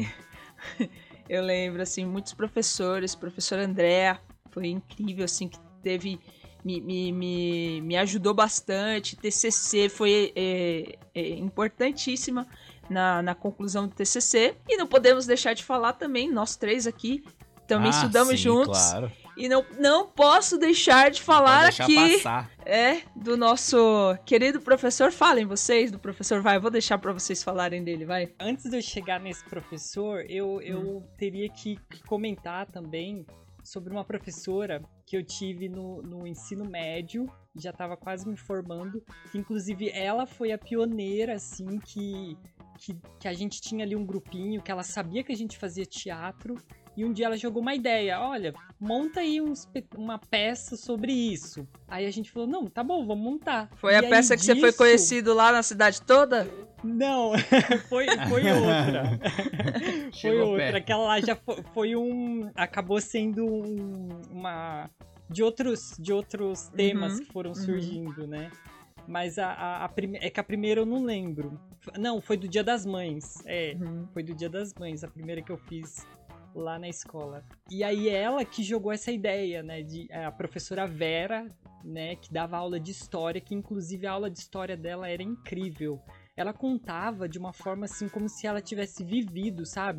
Eu lembro, assim, muitos professores. Professor André foi incrível, assim, que teve... Me, me, me, me ajudou bastante. T C C foi é, é, importantíssima na, na conclusão do T C C. E não podemos deixar de falar também, nós três aqui também Ah, estudamos sim, juntos. Claro. E não, não posso deixar de falar Pode deixar aqui... passar. É, do nosso querido professor. Falem vocês do professor, vai, eu vou deixar pra vocês falarem dele, vai. Antes de eu chegar nesse professor, eu, eu teria que que comentar também sobre uma professora que eu tive no, no ensino médio, já estava quase me formando, que inclusive ela foi a pioneira, assim, que, que, que a gente tinha ali um grupinho, que ela sabia que a gente fazia teatro, e um dia ela jogou uma ideia, olha, monta aí um espe- uma peça sobre isso. Aí a gente falou, não, tá bom, vamos montar. Foi E a aí peça que você foi disso- conhecido lá na cidade toda? Não, foi, foi outra. Foi Chegou outra. perto. Aquela lá já foi, foi um... Acabou sendo um, uma... De outros, de outros temas Uhum, que foram uhum. surgindo, né? Mas a, a, a prime... é que a primeira eu não lembro. Não, foi do Dia das Mães. É, Uhum. foi do Dia das Mães, a primeira que eu fiz lá na escola. E aí ela que jogou essa ideia, né? De, a professora Vera, né? Que dava aula de história, que inclusive a aula de história dela era incrível. Ela contava de uma forma assim, como se ela tivesse vivido, sabe?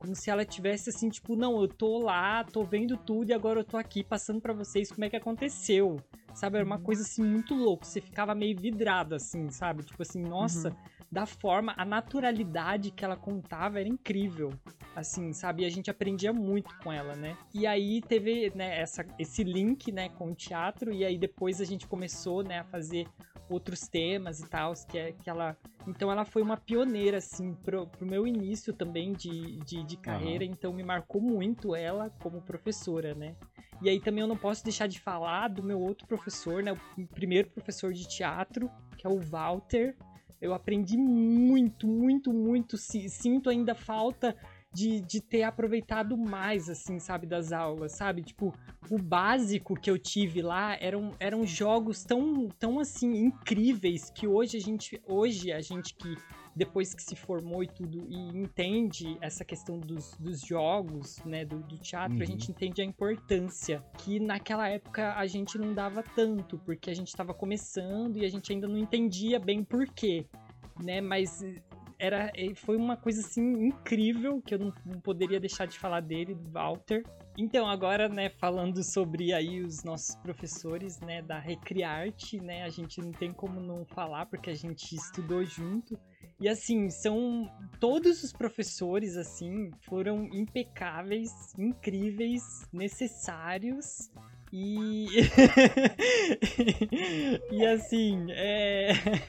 Como se ela tivesse assim, tipo, não, eu tô lá, tô vendo tudo e agora eu tô aqui passando pra vocês como é que aconteceu. Sabe, era uma coisa assim muito louca, você ficava meio vidrado assim, sabe? Tipo assim, nossa, uhum. da forma, a naturalidade que ela contava era incrível, assim, sabe? E a gente aprendia muito com ela, né? E aí teve, né, essa, esse link, né, com o teatro, e aí depois a gente começou, né, a fazer outros temas e tal, que, é, que ela... Então ela foi uma pioneira, assim, pro, pro meu início também de, de, de carreira, uhum. então me marcou muito ela como professora, né? E aí também eu não posso deixar de falar do meu outro professor, né, o primeiro professor de teatro, que é o Walter. Eu aprendi muito, muito, muito, sinto ainda falta de, de ter aproveitado mais, assim, sabe, das aulas, sabe? Tipo, o básico que eu tive lá eram, eram jogos tão, tão, assim, incríveis que hoje a gente, hoje a gente que, depois que se formou e tudo, e entende essa questão dos, dos jogos, né, do, do teatro, uhum. a gente entende a importância, que naquela época a gente não dava tanto, porque a gente estava começando e a gente ainda não entendia bem por quê, né, mas... Era, foi uma coisa, assim, incrível, que eu não, não poderia deixar de falar dele, do Walter. Então, agora, né, falando sobre aí os nossos professores, né, da Recriarte, né, a gente não tem como não falar, porque a gente estudou junto. E, assim, são... Todos os professores, assim, foram impecáveis, incríveis, necessários... E... e, assim, é...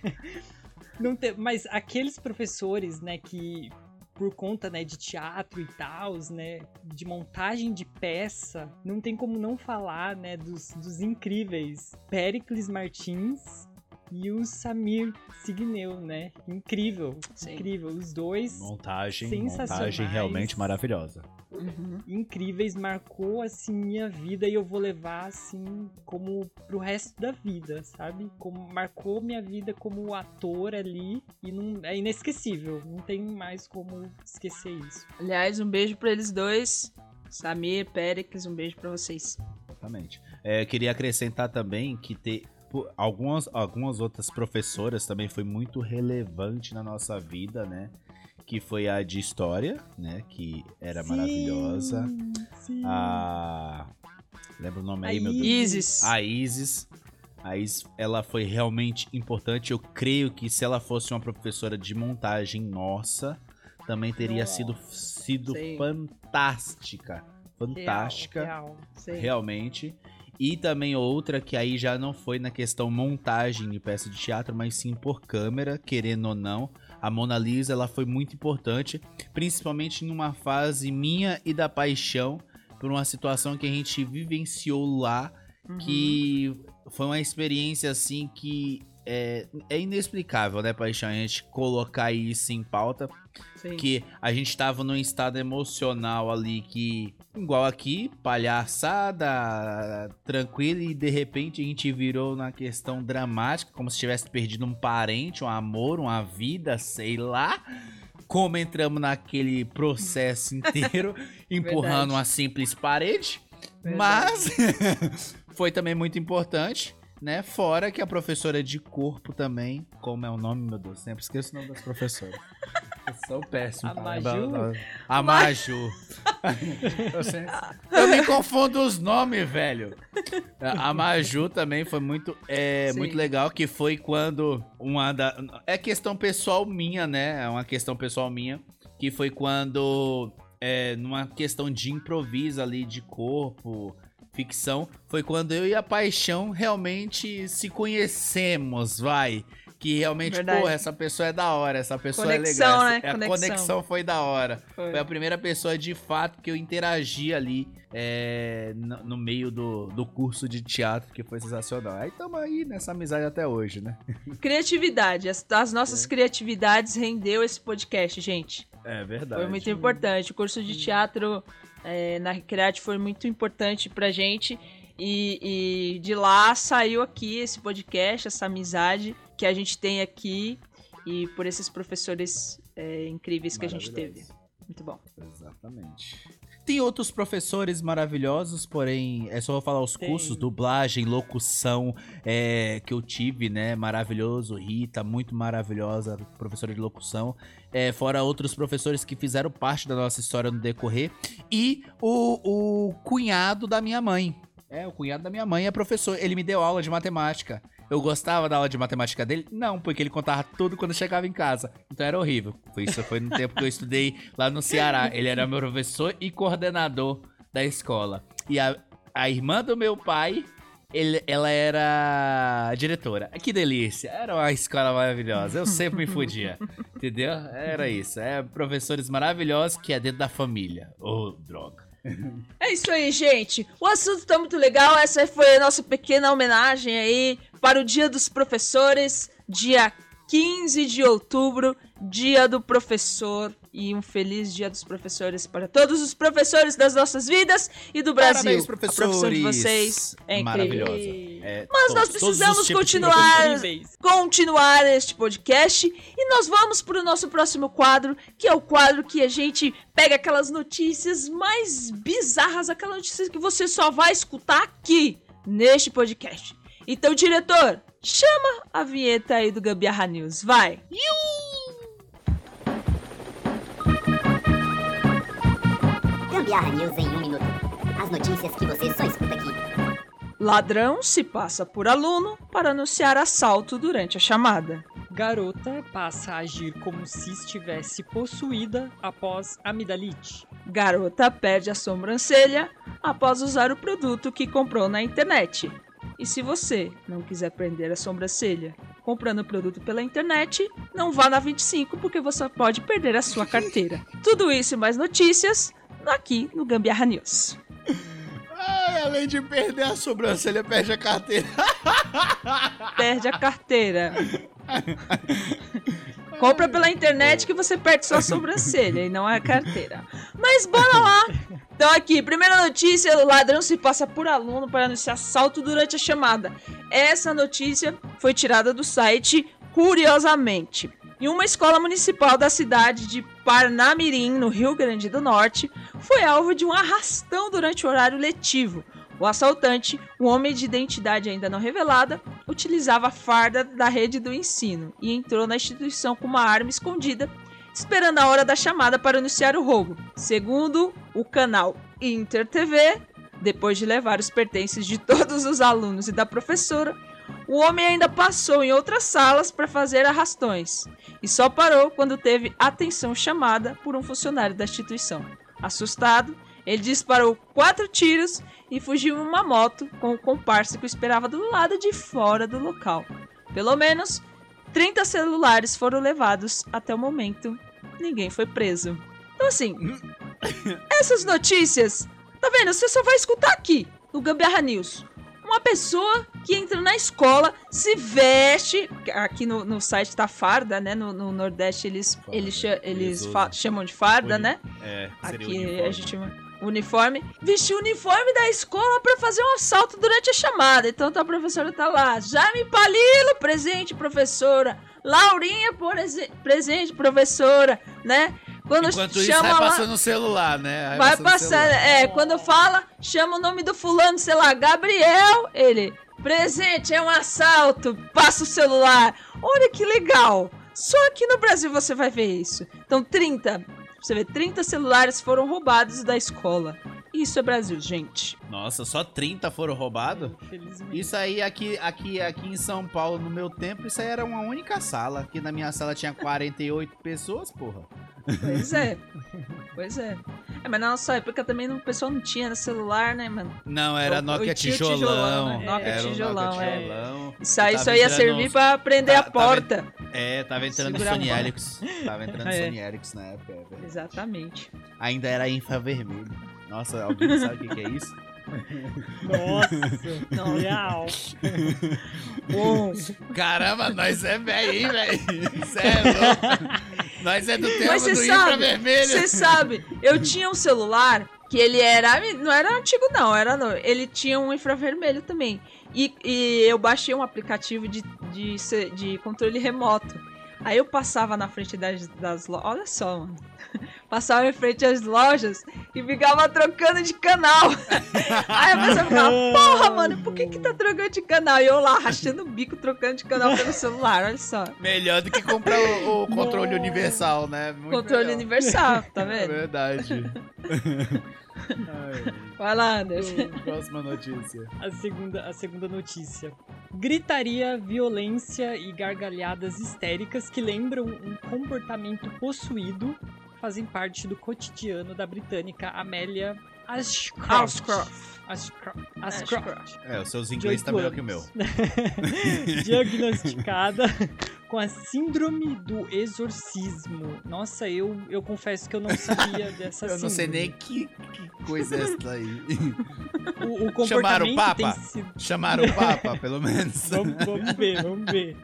Não tem, mas aqueles professores, né, que por conta, né, de teatro e tal, né, de montagem de peça, não tem como não falar, né, dos, dos incríveis Péricles Martins e o Samir Signeu, né, incrível, Sim. incrível, os dois montagem, sensacionais, montagem realmente maravilhosa. Uhum. Incríveis, marcou assim minha vida e eu vou levar assim como pro resto da vida, sabe? Como marcou minha vida como ator ali e não, é inesquecível, não tem mais como esquecer isso. Aliás, um beijo pra eles dois, Samir, Péricles, um beijo pra vocês. Exatamente. É, queria acrescentar também que ter algumas, algumas outras professoras também foi muito relevante na nossa vida, né? Que foi a de História, né? Que era sim, maravilhosa. Sim. A... Lembra o nome aí, a meu Deus? Isis. A Isis. A Isis, ela foi realmente importante. Eu creio que se ela fosse uma professora de montagem nossa, também teria nossa. sido, sido fantástica. Fantástica. Real, real. Realmente. E também outra que aí já não foi na questão montagem de peça de teatro, mas sim por câmera, querendo ou não. A Mona Lisa, ela foi muito importante, principalmente numa fase minha e da Paixão, por uma situação que a gente vivenciou lá, uhum. que foi uma experiência, assim, que é, é inexplicável, né, Paixão? A gente colocar isso em pauta, Sim. que a gente tava num estado emocional ali que, igual aqui, palhaçada, tranquila, e de repente a gente virou na questão dramática, como se tivesse perdido um parente, um amor, uma vida, sei lá. Como entramos naquele processo inteiro, empurrando uma simples parede. Verdade. Mas foi também muito importante, né? Fora que a professora de corpo também, como é o nome, meu Deus, sempre esqueço o nome das professoras. Eu sou péssimo. A Maju? A Maju. eu, sempre... eu me confundo os nomes, velho. A Maju também foi muito, é, muito legal, que foi quando uma da... É questão pessoal minha, né? É uma questão pessoal minha, que foi quando, é, numa questão de improviso ali, de corpo, ficção, foi quando eu e a Paixão realmente se conhecemos, vai... Que realmente, Verdade. pô, essa pessoa é da hora, essa pessoa conexão, é legal. Essa, né? a conexão. conexão foi da hora. Foi. foi a primeira pessoa, de fato, que eu interagi ali é, no, no meio do, do curso de teatro, que foi sensacional. Aí estamos aí nessa amizade até hoje, né? Criatividade. As, as nossas é. criatividades rendeu esse podcast, gente. É verdade. Foi muito importante. O curso de teatro é, na Recriarte foi muito importante pra gente. E, e de lá saiu aqui esse podcast, essa amizade que a gente tem aqui, e por esses professores é, incríveis que a gente teve. Muito bom. Exatamente. Tem outros professores maravilhosos, porém, é só eu falar os Tem. cursos, dublagem, locução, é, que eu tive, né? Maravilhoso, Rita, muito maravilhosa, professora de locução. É, fora outros professores que fizeram parte da nossa história no decorrer. E o, o cunhado da minha mãe. É, o cunhado da minha mãe é professor. Ele me deu aula de matemática. Eu gostava da aula de matemática dele? Não, porque ele contava tudo quando chegava em casa. Então era horrível. Isso foi no tempo que eu estudei lá no Ceará. Ele era meu professor e coordenador da escola. E a, a irmã do meu pai, ele, ela era diretora. Que delícia. Era uma escola maravilhosa. Eu sempre me fudia. Entendeu? Era isso. É professores maravilhosos que é dentro da família. Ô, oh, droga. É isso aí, gente. O assunto tá muito legal. Essa foi a nossa pequena homenagem aí para o Dia dos Professores, dia quinze de outubro, Dia do Professor. E um feliz Dia dos Professores para todos os professores das nossas vidas e do Brasil. Parabéns, professores. A profissão de vocês é incrível. Maravilhosa. É, Mas todos, nós precisamos continuar, Incríveis. continuar este podcast e nós vamos para o nosso próximo quadro, que é o quadro que a gente pega aquelas notícias mais bizarras, aquelas notícias que você só vai escutar aqui, neste podcast. Então, diretor, chama a vinheta aí do Gambiarra News, vai! Gambiarra News em um minuto. As notícias que você só escuta aqui. Ladrão se passa por aluno para anunciar assalto durante a chamada. Garota passa a agir como se estivesse possuída após amidalite. Garota perde a sobrancelha após usar o produto que comprou na internet. E se você não quiser prender a sobrancelha comprando o produto pela internet, não vá na vinte e cinco porque você pode perder a sua carteira. Tudo isso e mais notícias aqui no Gambiarra News. Ai, além de perder a sobrancelha, perde a carteira. Perde a carteira. Compra pela internet que você perde sua sobrancelha e não a carteira. Mas bora lá. Então aqui, primeira notícia, o ladrão se passa por aluno para anunciar assalto durante a chamada. Essa notícia foi tirada do site Curiosamente. Em uma escola municipal da cidade de Parnamirim, no Rio Grande do Norte, foi alvo de um arrastão durante o horário letivo. O assaltante, um homem de identidade ainda não revelada, utilizava a farda da rede do ensino e entrou na instituição com uma arma escondida, esperando a hora da chamada para anunciar o roubo. Segundo o canal Inter T V, depois de levar os pertences de todos os alunos e da professora, o homem ainda passou em outras salas para fazer arrastões e só parou quando teve atenção chamada por um funcionário da instituição. Assustado, ele disparou quatro tiros e fugiu em uma moto com o comparsa que o esperava do lado de fora do local. Pelo menos trinta celulares foram levados até o momento. Ninguém foi preso. Então assim, essas notícias, tá vendo? Você só vai escutar aqui, no Gambiarra News. Uma pessoa que entra na escola, se veste, aqui no, no site tá farda, né? No, no Nordeste eles, farda, eles, cha, eles fa, chamam de farda, Uni, né? É, aqui uniforme. A gente chama uniforme. Vestiu o uniforme da escola pra fazer um assalto durante a chamada. Então a professora tá lá. Jaime Palilo, presente, professora. Laurinha, por presente, professora, né? Quando Enquanto chama isso, vai lá, passando o celular, né? Vai, vai passar, é, quando fala, chama o nome do fulano, sei lá, Gabriel, ele, presente, é um assalto, passa o celular. Olha que legal. Só aqui no Brasil você vai ver isso. Então, trinta, você vê, trinta celulares foram roubados da escola. Isso é Brasil, gente. Nossa, só trinta foram roubados? Infelizmente. Isso aí, aqui, aqui, aqui em São Paulo, no meu tempo, isso aí era uma única sala. Aqui na minha sala tinha quarenta e oito pessoas, porra. Pois é. Pois é. É, mas na nossa época também o pessoal não tinha celular, né, mano? Não, era Nokia tijolão. tijolão. Né? Nokia era tijolão, Nokia é. tijolão. Isso aí Tava só ia entrando servir uns- pra prender tá- a porta. tava É, tava entrando Segura a Sony mão. Ericsson. Tava entrando É. Sony Ericsson na época. é, velho. Exatamente. Ainda era infravermelho. Nossa, alguém sabe o que, que é isso? Nossa, Não. real. Bom, Caramba, nós é velho, hein, velho? Cê é louco. Nós é do tempo mas do você sabe, infravermelho. você sabe, eu tinha um celular que ele era, não era antigo não, era não, ele tinha um infravermelho também. E, e eu baixei um aplicativo de, de, de controle remoto. Aí eu passava na frente das, das lojas. Olha só, mano. Passava em frente às lojas e ficava trocando de canal. Aí a pessoa ficava, porra, mano, por que que tá trocando de canal? E eu lá, rachando o bico, trocando de canal pelo celular, olha só. Melhor do que comprar o, o controle Nossa. universal, né? Muito Controle melhor. universal, tá É vendo? verdade. Ai, Vai lá, Anderson. próxima notícia. A segunda, a segunda notícia. Gritaria, violência e gargalhadas histéricas que lembram um comportamento possuído fazem parte do cotidiano da britânica Amélia Ashcroft. Ashcroft. Ashcroft. Ashcroft. É, os seus inglês tá melhor que o meu. Diagnosticada com a síndrome do exorcismo. Nossa, eu, eu confesso que eu não sabia dessa Eu não sei síndrome. nem que, que coisa é essa aí. O, o Chamaram o comportamento Papa? tem sido... Chamaram o Papa, pelo menos. Vamos, vamos ver, vamos ver.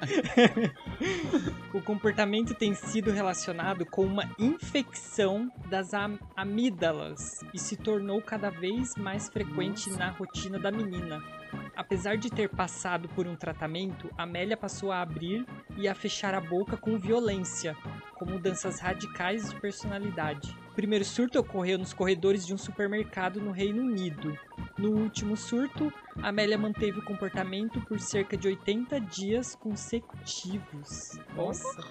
O comportamento tem sido relacionado com uma infecção das am amígdalas e se tornou cada vez mais frequente Nossa. na rotina da menina. Apesar de ter passado por um tratamento, Amélia passou a abrir e a fechar a boca com violência, com mudanças radicais de personalidade. O primeiro surto ocorreu nos corredores de um supermercado no Reino Unido. No último surto, Amélia manteve o comportamento por cerca de oitenta dias consecutivos. Nossa!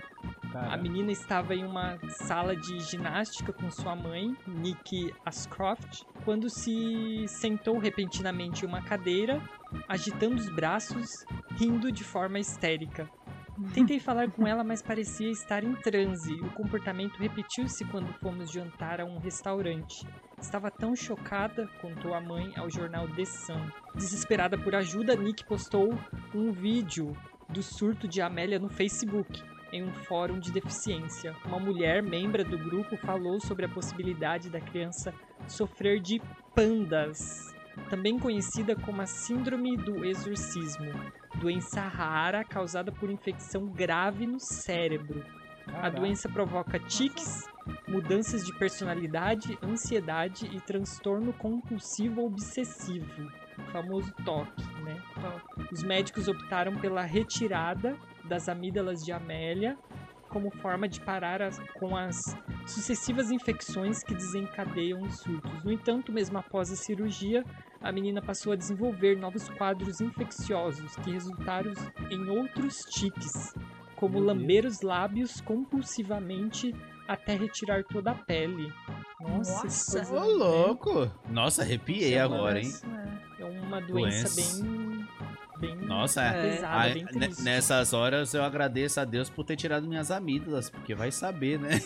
A menina estava em uma sala de ginástica com sua mãe, Nicky Ashcroft, quando se sentou repentinamente em uma cadeira, agitando os braços, rindo de forma histérica. Tentei falar com ela, mas parecia estar em transe. O comportamento repetiu-se quando fomos jantar a um restaurante. Estava tão chocada, contou a mãe ao jornal The Sun. Desesperada por ajuda, Nick postou um vídeo do surto de Amélia no Facebook, em um fórum de deficiência. Uma mulher, membro do grupo, falou sobre a possibilidade da criança sofrer de pandas, também conhecida como a síndrome do exorcismo, doença rara causada por infecção grave no cérebro. Caraca. A doença provoca tiques, mudanças de personalidade, ansiedade e transtorno compulsivo obsessivo, o famoso T O C, né? Os médicos optaram pela retirada das amígdalas de Amélia como forma de parar as, com as sucessivas infecções que desencadeiam os surtos. No entanto, mesmo após a cirurgia, a menina passou a desenvolver novos quadros infecciosos que resultaram em outros tiques, como lamber os lábios compulsivamente até retirar toda a pele. Nossa, Nossa. que coisa, Ô, louco! Nossa, arrepiei Isso é agora, uma- hein? É uma doença, Doença. bem, bem Nossa, é. pesada, Ai, bem ne- triste. nessas horas eu agradeço a Deus por ter tirado minhas amígdalas, porque vai saber, né?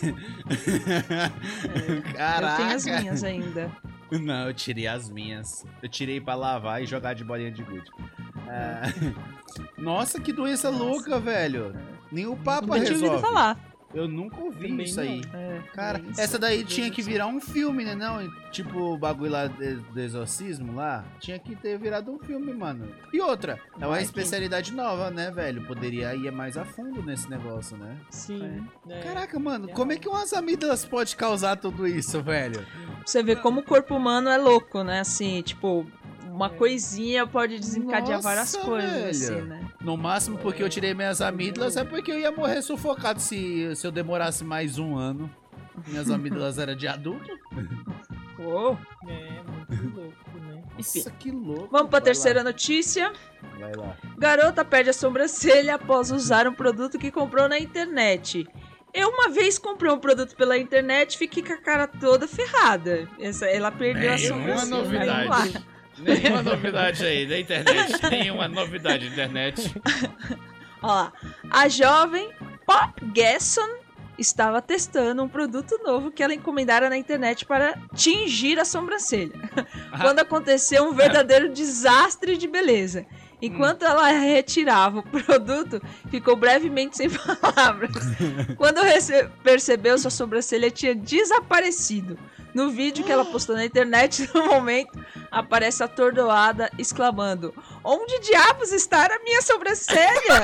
Caraca! Eu tenho as minhas ainda. Não, eu tirei as minhas. Eu tirei pra lavar e jogar de bolinha de gude. Ah, Nossa, que doença louca, velho. Nem o Papa Nunca tinha ouvido resolve. falar. Eu nunca ouvi Também isso aí. não. É, Cara, doença essa daí do tinha que exorcismo. virar um filme, né? Não, tipo o bagulho lá de- do exorcismo lá. Tinha que ter virado um filme, mano. E outra, é uma Vai que- especialidade nova, né, velho? Poderia ir mais a fundo nesse negócio, né? Sim. é. Caraca, mano, É. como é que umas amígdalas pode causar tudo isso, velho? Você vê como o corpo humano é louco, né? Assim, tipo, uma É. coisinha pode desencadear Nossa, várias coisas, velho. assim, né? No máximo porque eu tirei minhas amígdalas é porque eu ia morrer sufocado se, se eu demorasse mais um ano. Minhas amígdalas eram de adulto. Uou. É, muito louco, né? Nossa, que louco. Vamos pra Vai terceira lá, notícia. Vai lá. Garota perde a sobrancelha após usar um produto que comprou na internet. Eu uma vez comprei um produto pela internet e fiquei com a cara toda ferrada. Essa, ela perdeu a Nenhuma sobrancelha. novidade. Vamos lá. Nenhuma novidade aí da internet. Nenhuma novidade da internet. Ó lá. A jovem Pop Gesson estava testando um produto novo que ela encomendara na internet para tingir a sobrancelha. Quando aconteceu um verdadeiro desastre de beleza. Enquanto ela retirava o produto, ficou brevemente sem palavras. Quando rece- percebeu, sua sobrancelha tinha desaparecido. No vídeo que ela postou na internet, no momento, aparece atordoada, exclamando: "Onde diabos está a minha sobrancelha?"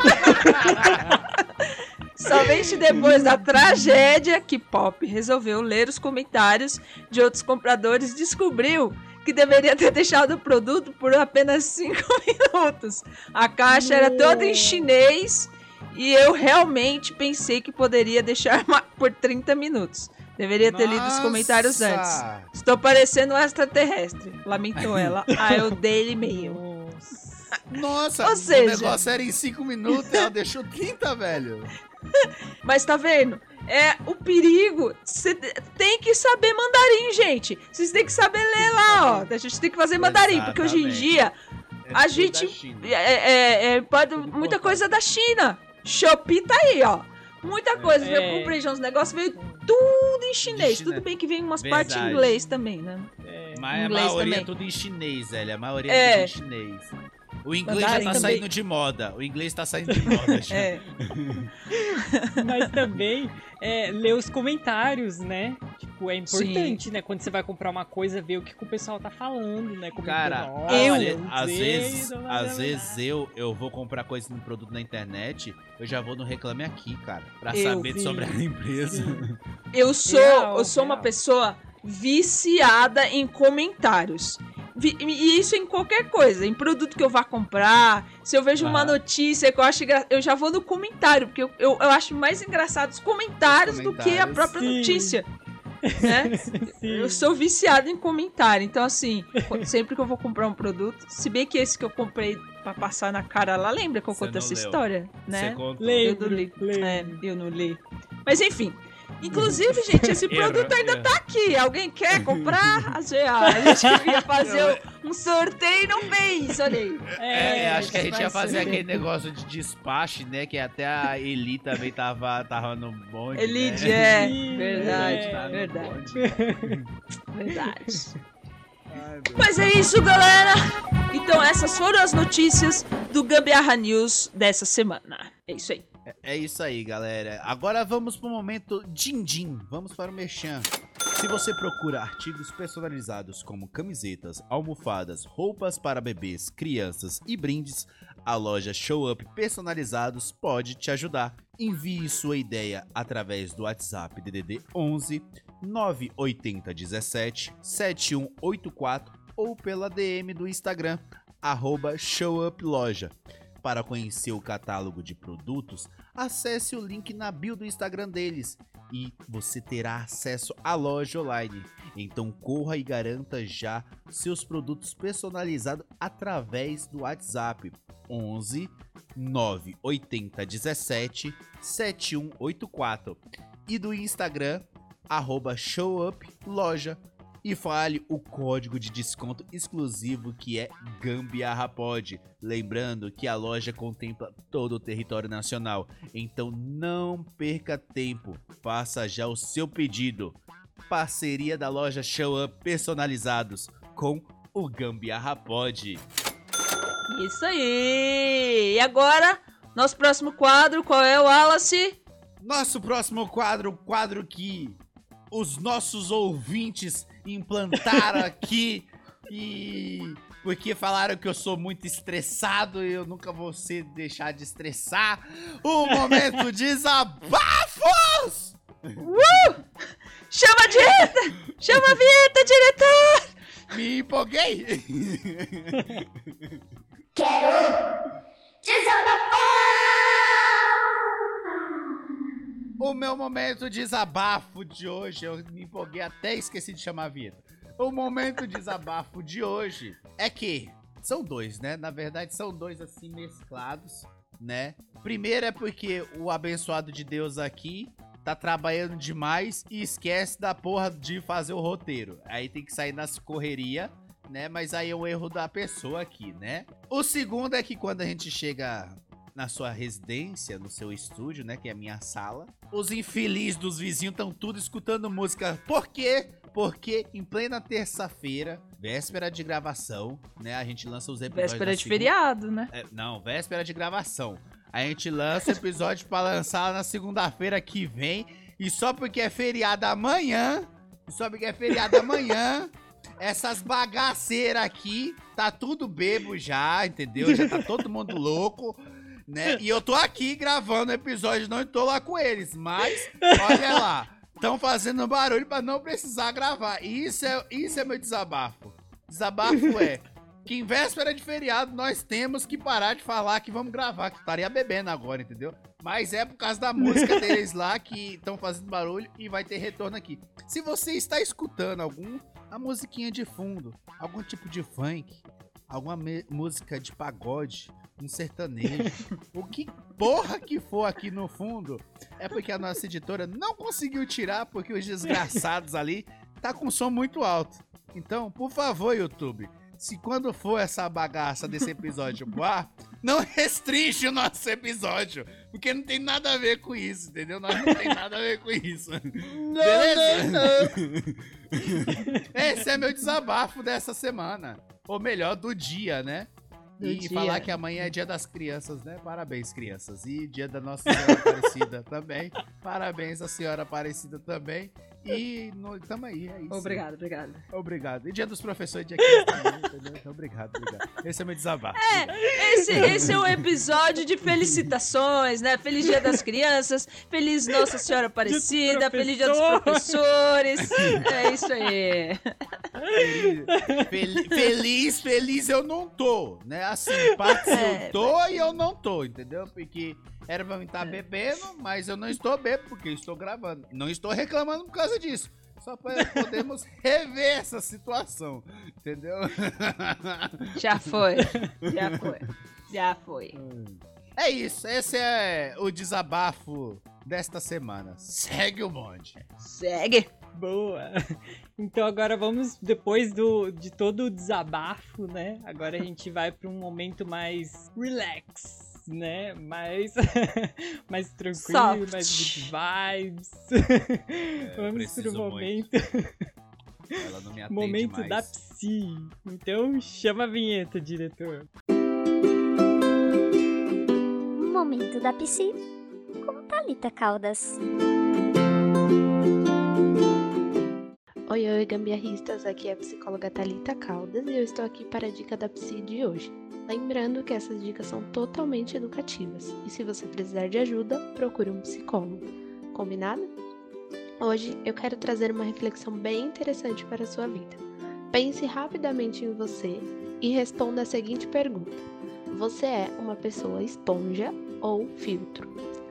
Somente depois da tragédia que Pop resolveu ler os comentários de outros compradores, descobriu que deveria ter deixado o produto por apenas cinco minutos. A caixa era toda em chinês E eu realmente pensei que poderia deixar por trinta minutos. Deveria ter lido os comentários antes. Estou parecendo um extraterrestre, lamentou ela. Ah, eu dei e-mail. Nossa, Ou o seja... negócio era em cinco minutos, ela deixou trinta, velho. Mas tá vendo? É o perigo. Você tem que saber mandarim, gente. Vocês têm que saber ler lá, ó. A gente tem que fazer mandarim, porque hoje em dia É a tudo gente da China. é, é, é, pode Tudo muita importado. coisa da China. Shopee tá aí, ó. Muita coisa. É. Eu comprei já uns negócios, veio tudo em chinês. China. Tudo bem que vem umas partes em Verdade. inglês também, né? É, Mas a Inglês maioria também. é tudo em chinês, velho. A maioria É. é tudo em chinês. O inglês Mandarim já tá também. saindo de moda. O inglês tá saindo de moda já. É. mas também é, ler os comentários, né? Tipo, é importante, né? Quando você vai comprar uma coisa, ver o que, que o pessoal tá falando, né? Comentando, Cara, "Olha, eu- eu às usei, vezes, não às vai vezes dar". eu, eu vou comprar coisa no produto na internet, eu já vou no Reclame Aqui, cara, pra Eu saber vi. sobre a empresa. Eu sou, Real, eu sou uma real. pessoa viciada em comentários. Vi- E isso em qualquer coisa, em produto que eu vá comprar. Se eu vejo uma Aham. notícia que eu acho engra... eu já vou no comentário, porque eu, eu, eu acho mais engraçado os comentários, Os do que a comentários. própria Sim. notícia. Né? Sim. Eu sou viciada em comentário. Então, assim, sempre que eu vou comprar um produto, se bem que esse que eu comprei pra passar na cara lá, lembra que eu Você conto não essa leu. história? Né? Você contou. Lembro, Eu não li. lembro. É, eu não li. Mas enfim. Inclusive, gente, esse produto Erro, ainda erro. tá aqui. Alguém quer comprar? A gente, a gente queria fazer um sorteio e não fez. Olha aí. É, É, acho que a gente ia vai fazer ser. aquele negócio de despacho, né? Que até a Eli também tava, tava no bonde. Elide, né? é. Sim, Verdade, é. Tá no verdade. bonde. Verdade. Ai, meu Mas é isso, galera. Então, essas foram as notícias do Gambiarra News dessa semana. É isso aí. É isso aí, galera. Agora vamos pro momento din-din. Vamos para o merchan. Se você procura artigos personalizados como camisetas, almofadas, roupas para bebês, crianças e brindes, a loja Show Up Personalizados pode te ajudar. Envie sua ideia através do WhatsApp D D D onze nove oito zero um sete sete um oito quatro ou pela D M do Instagram, arroba showuploja. Para conhecer o catálogo de produtos, acesse o link na bio do Instagram deles e você terá acesso à loja online. Então corra e garanta já seus produtos personalizados através do WhatsApp onze nove oito zero um sete sete um oito quatro e do Instagram arroba showuploja. E fale o código de desconto exclusivo que é GambiarraPod. Lembrando que a loja contempla todo o território nacional. Então não perca tempo. Faça já o seu pedido. Parceria da loja Show Up Personalizados com o GambiarraPod. Isso aí. E agora, nosso próximo quadro, qual é, o Wallace? Nosso próximo quadro, o quadro que os nossos ouvintes implantaram aqui e porque falaram que eu sou muito estressado e eu nunca vou ser deixar de estressar. O momento de desabafos! Chama a vinheta! Chama a vinheta, diretor! Me empolguei! O meu momento de desabafo de hoje, eu me empolguei até esqueci de chamar a vinheta. O momento de desabafo de hoje é que são dois, né? Na verdade, são dois assim mesclados, né? Primeiro é porque o abençoado de Deus aqui tá trabalhando demais e esquece da porra de fazer o roteiro. Aí tem que sair nas correria, né? Mas aí é o erro da pessoa aqui, né? O segundo é que quando a gente chega na sua residência, no seu estúdio, né, que é a minha sala, os infelizes dos vizinhos estão tudo escutando música. Por quê? Porque em plena terça-feira, véspera de gravação, né, a gente lança os episódios Véspera na de segunda- feriado, né? É, não, véspera de gravação. A gente lança o episódio pra lançar na segunda-feira que vem. E só porque é feriado amanhã, e só porque é feriado amanhã, essas bagaceiras aqui, tá tudo bebo já, entendeu? Já tá todo mundo louco, né? E eu tô aqui gravando o episódio, não tô lá com eles, mas, olha lá, estão fazendo barulho pra não precisar gravar. E isso é, isso é meu desabafo. Desabafo é, que em véspera de feriado nós temos que parar de falar que vamos gravar, que estaria bebendo agora, entendeu? Mas é por causa da música deles lá que estão fazendo barulho e vai ter retorno aqui. Se você está escutando algum a musiquinha de fundo, algum tipo de funk, alguma música de pagode, um sertanejo, o que porra que for aqui no fundo, é porque a nossa editora não conseguiu tirar porque os desgraçados ali tá com som muito alto. Então, por favor, YouTube, se quando for essa bagaça desse episódio pro ar, não restringe o nosso episódio, porque não tem nada a ver com isso, entendeu? Nós não tem nada a ver com isso. Não, beleza? Não, não. Esse é meu desabafo dessa semana. Ou melhor, do dia, né? Do e dia. Falar que amanhã é dia das crianças, né? Parabéns, crianças. E dia da Nossa Senhora Aparecida também. Parabéns à Senhora Aparecida também. E no, tamo aí, é isso. Obrigado, obrigado. Obrigado. E dia dos professores, dia quinze também, entendeu? Então, obrigado, obrigado. Esse é meu desabafo. É, esse, esse é um episódio de felicitações, né? Feliz Dia das Crianças, Feliz Nossa Senhora Aparecida, Feliz Dia dos Professores. É isso aí. Feliz, feliz, feliz eu não tô, né? Assim, parte é, eu tô mas... e eu não tô, entendeu? Porque era pra mim estar bebendo, mas eu não estou bebendo porque eu estou gravando. Não estou reclamando por causa disso. Só para podermos rever essa situação, entendeu? Já foi, já foi, já foi. É isso, esse é o desabafo desta semana. Segue o bonde. Segue. Boa. Então agora vamos, depois do, de todo o desabafo, né? Agora a gente vai para um momento mais relax, né? Mais, mais tranquilo, Soft. mais good vibes. É, vamos pro momento... Ela não me atende momento mais. Da Psi. Então chama a vinheta, diretor. Momento da Psi com Thalita Caldas. Oi, oi, gambiarristas, aqui é a psicóloga Thalita Caldas e eu estou aqui para a dica da Psi de hoje. Lembrando que essas dicas são totalmente educativas e se você precisar de ajuda, procure um psicólogo. Combinado? Hoje eu quero trazer uma reflexão bem interessante para a sua vida. Pense rapidamente em você e responda a seguinte pergunta: você é uma pessoa esponja ou filtro?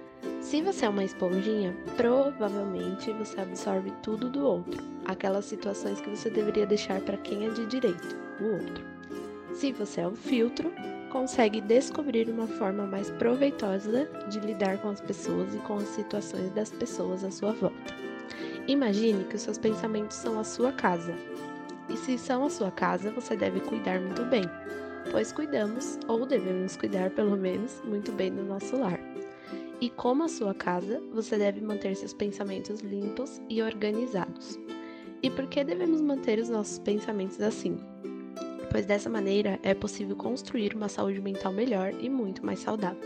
Se você é uma esponjinha, provavelmente você absorve tudo do outro, aquelas situações que você deveria deixar para quem é de direito, o outro. Se você é um filtro, consegue descobrir uma forma mais proveitosa de lidar com as pessoas e com as situações das pessoas à sua volta. Imagine que os seus pensamentos são a sua casa. E se são a sua casa, você deve cuidar muito bem, pois cuidamos, ou devemos cuidar pelo menos, muito bem do nosso lar. E como a sua casa, você deve manter seus pensamentos limpos e organizados. E por que devemos manter os nossos pensamentos assim? Pois dessa maneira é possível construir uma saúde mental melhor e muito mais saudável.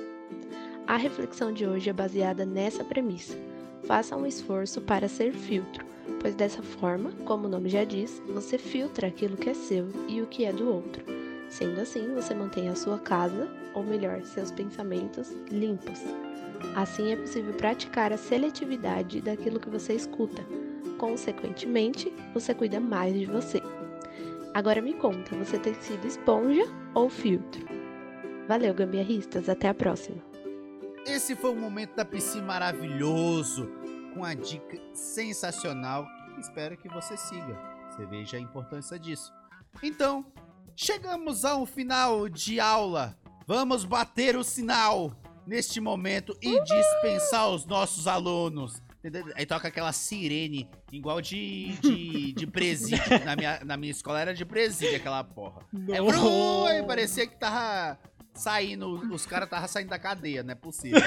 A reflexão de hoje é baseada nessa premissa. Faça um esforço para ser filtro, pois dessa forma, como o nome já diz, você filtra aquilo que é seu e o que é do outro. Sendo assim, você mantém a sua casa, ou melhor, seus pensamentos, limpos. Assim é possível praticar a seletividade daquilo que você escuta. Consequentemente, você cuida mais de você. Agora me conta, você tem sido esponja ou filtro? Valeu, gambiarristas, até a próxima. Esse foi um momento da Psi maravilhoso, com a dica sensacional. Espero que você siga, você veja a importância disso. Então, chegamos ao final de aula. Vamos bater o sinal neste momento e dispensar os nossos alunos. Aí toca aquela sirene, igual de, de, de presídio. Na minha, na minha escola era de presídio, aquela porra. É, ui, parecia que tava saindo, os caras tava saindo da cadeia, não é possível.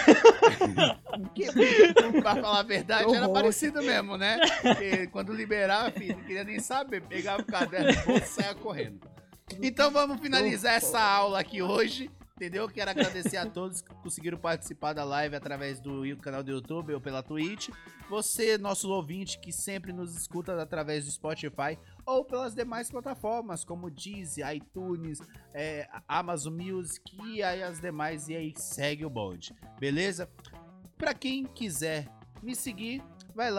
que, pra falar a verdade, era parecido mesmo, né? Porque quando liberava, filho, não queria nem saber, pegava o caderno no bolso e saia correndo. Então vamos finalizar essa aula aqui hoje. Entendeu? Quero agradecer a todos que conseguiram participar da live através do canal do YouTube ou pela Twitch. Você, nosso ouvinte, que sempre nos escuta através do Spotify ou pelas demais plataformas, como Deezer, iTunes, é, Amazon Music e aí as demais. E aí segue o bonde, beleza? Pra quem quiser me seguir, vai lá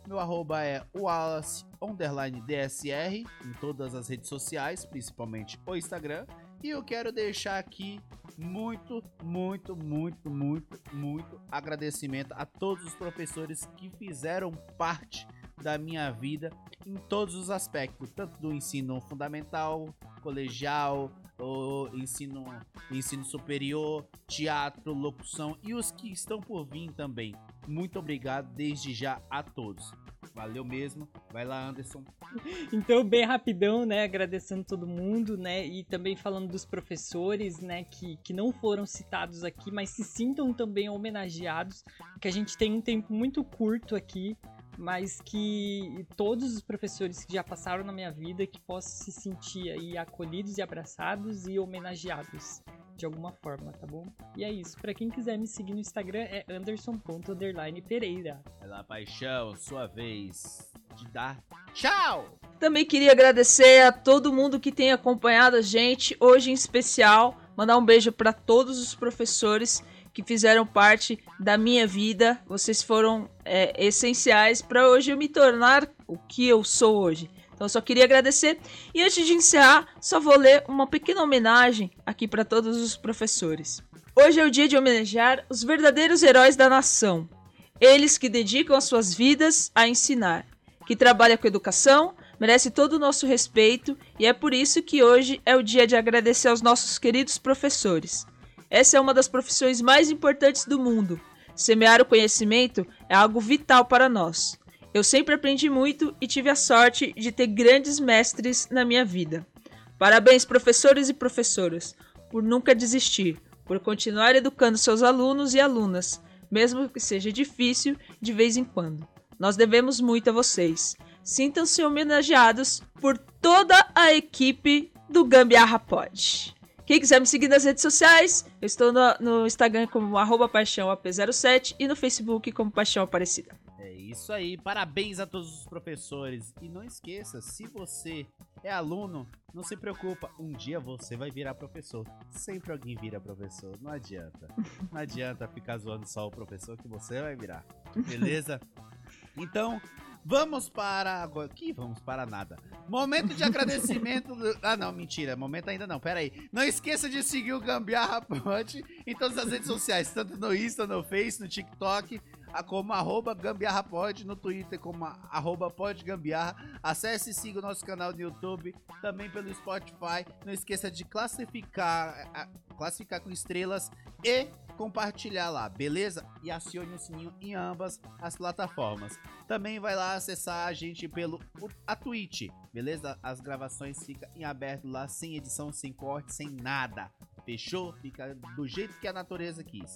Meu arroba é Wallace underline D S R em todas as redes sociais, principalmente o Instagram. E eu quero deixar aqui muito, muito, muito, muito, muito agradecimento a todos os professores que fizeram parte da minha vida em todos os aspectos, tanto do ensino fundamental, colegial, o ensino, ensino superior, teatro, locução e os que estão por vir também. Muito obrigado desde já a todos. Valeu mesmo. Vai lá, Anderson. Então, bem rapidão, né, agradecendo todo mundo, né, e também falando dos professores, né, que, que não foram citados aqui, mas se sintam também homenageados, porque a gente tem um tempo muito curto aqui, mas que todos os professores que já passaram na minha vida, que possam se sentir aí acolhidos e abraçados e homenageados de alguma forma, tá bom? E é isso. Pra quem quiser me seguir no Instagram é anderson ponto underline pereira. Vai lá, Paixão, sua vez de dar tchau! Também queria agradecer a todo mundo que tem acompanhado a gente, hoje em especial, mandar um beijo para todos os professores que fizeram parte da minha vida. Vocês foram é, essenciais para hoje eu me tornar o que eu sou hoje. Então eu só queria agradecer. E antes de encerrar, só vou ler uma pequena homenagem aqui para todos os professores. Hoje é o dia de homenagear os verdadeiros heróis da nação. Eles que dedicam as suas vidas a ensinar. Que trabalham com educação, merece todo o nosso respeito. E é por isso que hoje é o dia de agradecer aos nossos queridos professores. Essa é uma das profissões mais importantes do mundo. Semear o conhecimento é algo vital para nós. Eu sempre aprendi muito e tive a sorte de ter grandes mestres na minha vida. Parabéns, professores e professoras, por nunca desistir, por continuar educando seus alunos e alunas, mesmo que seja difícil de vez em quando. Nós devemos muito a vocês. Sintam-se homenageados por toda a equipe do Gambiarra Pod. Quem quiser me seguir nas redes sociais, eu estou no, no Instagram como arroba paixão A P zero sete e no Facebook como Paixão Aparecida. É isso aí, parabéns a todos os professores. E não esqueça, se você é aluno, não se preocupa, um dia você vai virar professor. Sempre alguém vira professor, não adianta. Não adianta ficar zoando só o professor que você vai virar, beleza? Então, vamos para agora. Que vamos para nada. Momento de agradecimento. Do... Ah, não, mentira. Momento ainda não. Pera aí. Não esqueça de seguir o Gambiarra Pod em todas as redes sociais, tanto no Insta, no Face, no TikTok, como arroba Gambiarra Pod, no Twitter como arroba podgambiarra. Acesse e siga o nosso canal no YouTube, também pelo Spotify. Não esqueça de classificar, classificar com estrelas e compartilhar lá, beleza? E acione o sininho em ambas as plataformas. Também vai lá acessar a gente pelo a Twitch, beleza? As gravações ficam em aberto lá, sem edição, sem corte, sem nada. Fechou? Fica do jeito que a natureza quis.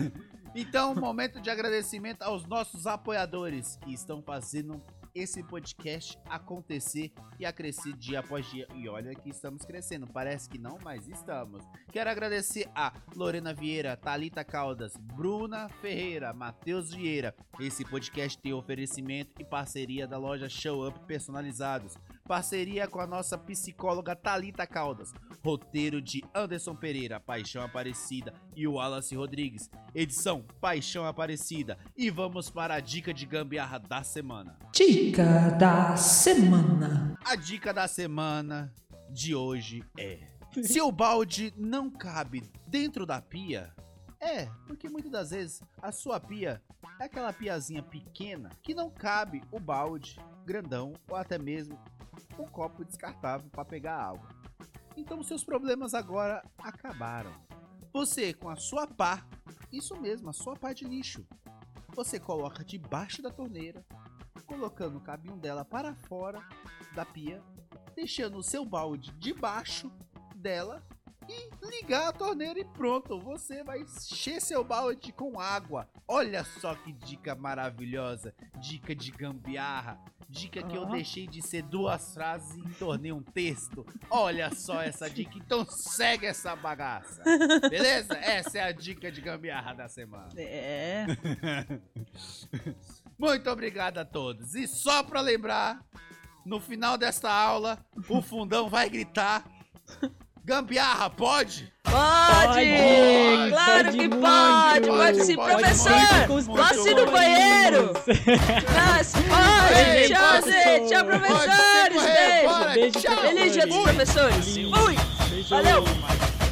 Então, momento de agradecimento aos nossos apoiadores que estão fazendo esse podcast acontecer e a crescer dia após dia. E olha que estamos crescendo, parece que não, mas estamos. Quero agradecer a Lorena Vieira, Thalita Caldas, Bruna Ferreira, Matheus Vieira. Esse podcast tem oferecimento e parceria da loja Show Up Personalizados. Parceria com a nossa psicóloga Thalita Caldas. Roteiro de Anderson Pereira, Paixão Aparecida e Wallace Rodrigues. Edição Paixão Aparecida. E vamos para a dica de gambiarra da semana. Dica da semana. A dica da semana de hoje é: se o balde não cabe dentro da pia, é, porque muitas das vezes a sua pia é aquela piazinha pequena que não cabe o balde grandão ou até mesmo um copo descartável para pegar água. Então seus problemas agora acabaram. Você com a sua pá, isso mesmo, a sua pá de lixo, você coloca debaixo da torneira, colocando o cabinho dela para fora da pia, deixando o seu balde debaixo dela e ligar a torneira e pronto, você vai encher seu balde com água. Olha só que dica maravilhosa, dica de gambiarra, dica que eu deixei de ser duas frases e tornei um texto. Olha só essa dica, então segue essa bagaça, beleza? Essa é a dica de gambiarra da semana. É. Muito obrigado a todos. E só pra lembrar, no final desta aula, o fundão vai gritar: Gambiarra, pode? Pode! Pode, Claro pode que muito. pode! Pode sim, Pode professor! muito. Passe no banheiro! Mas pode! Ei, Tchau, pode, gente! Tchau, Pode professores! correr, Beijo! bora, Beijo, tchau. Feliz dia dos Fui. professores! Feliz. Fui! Beijo. Valeu!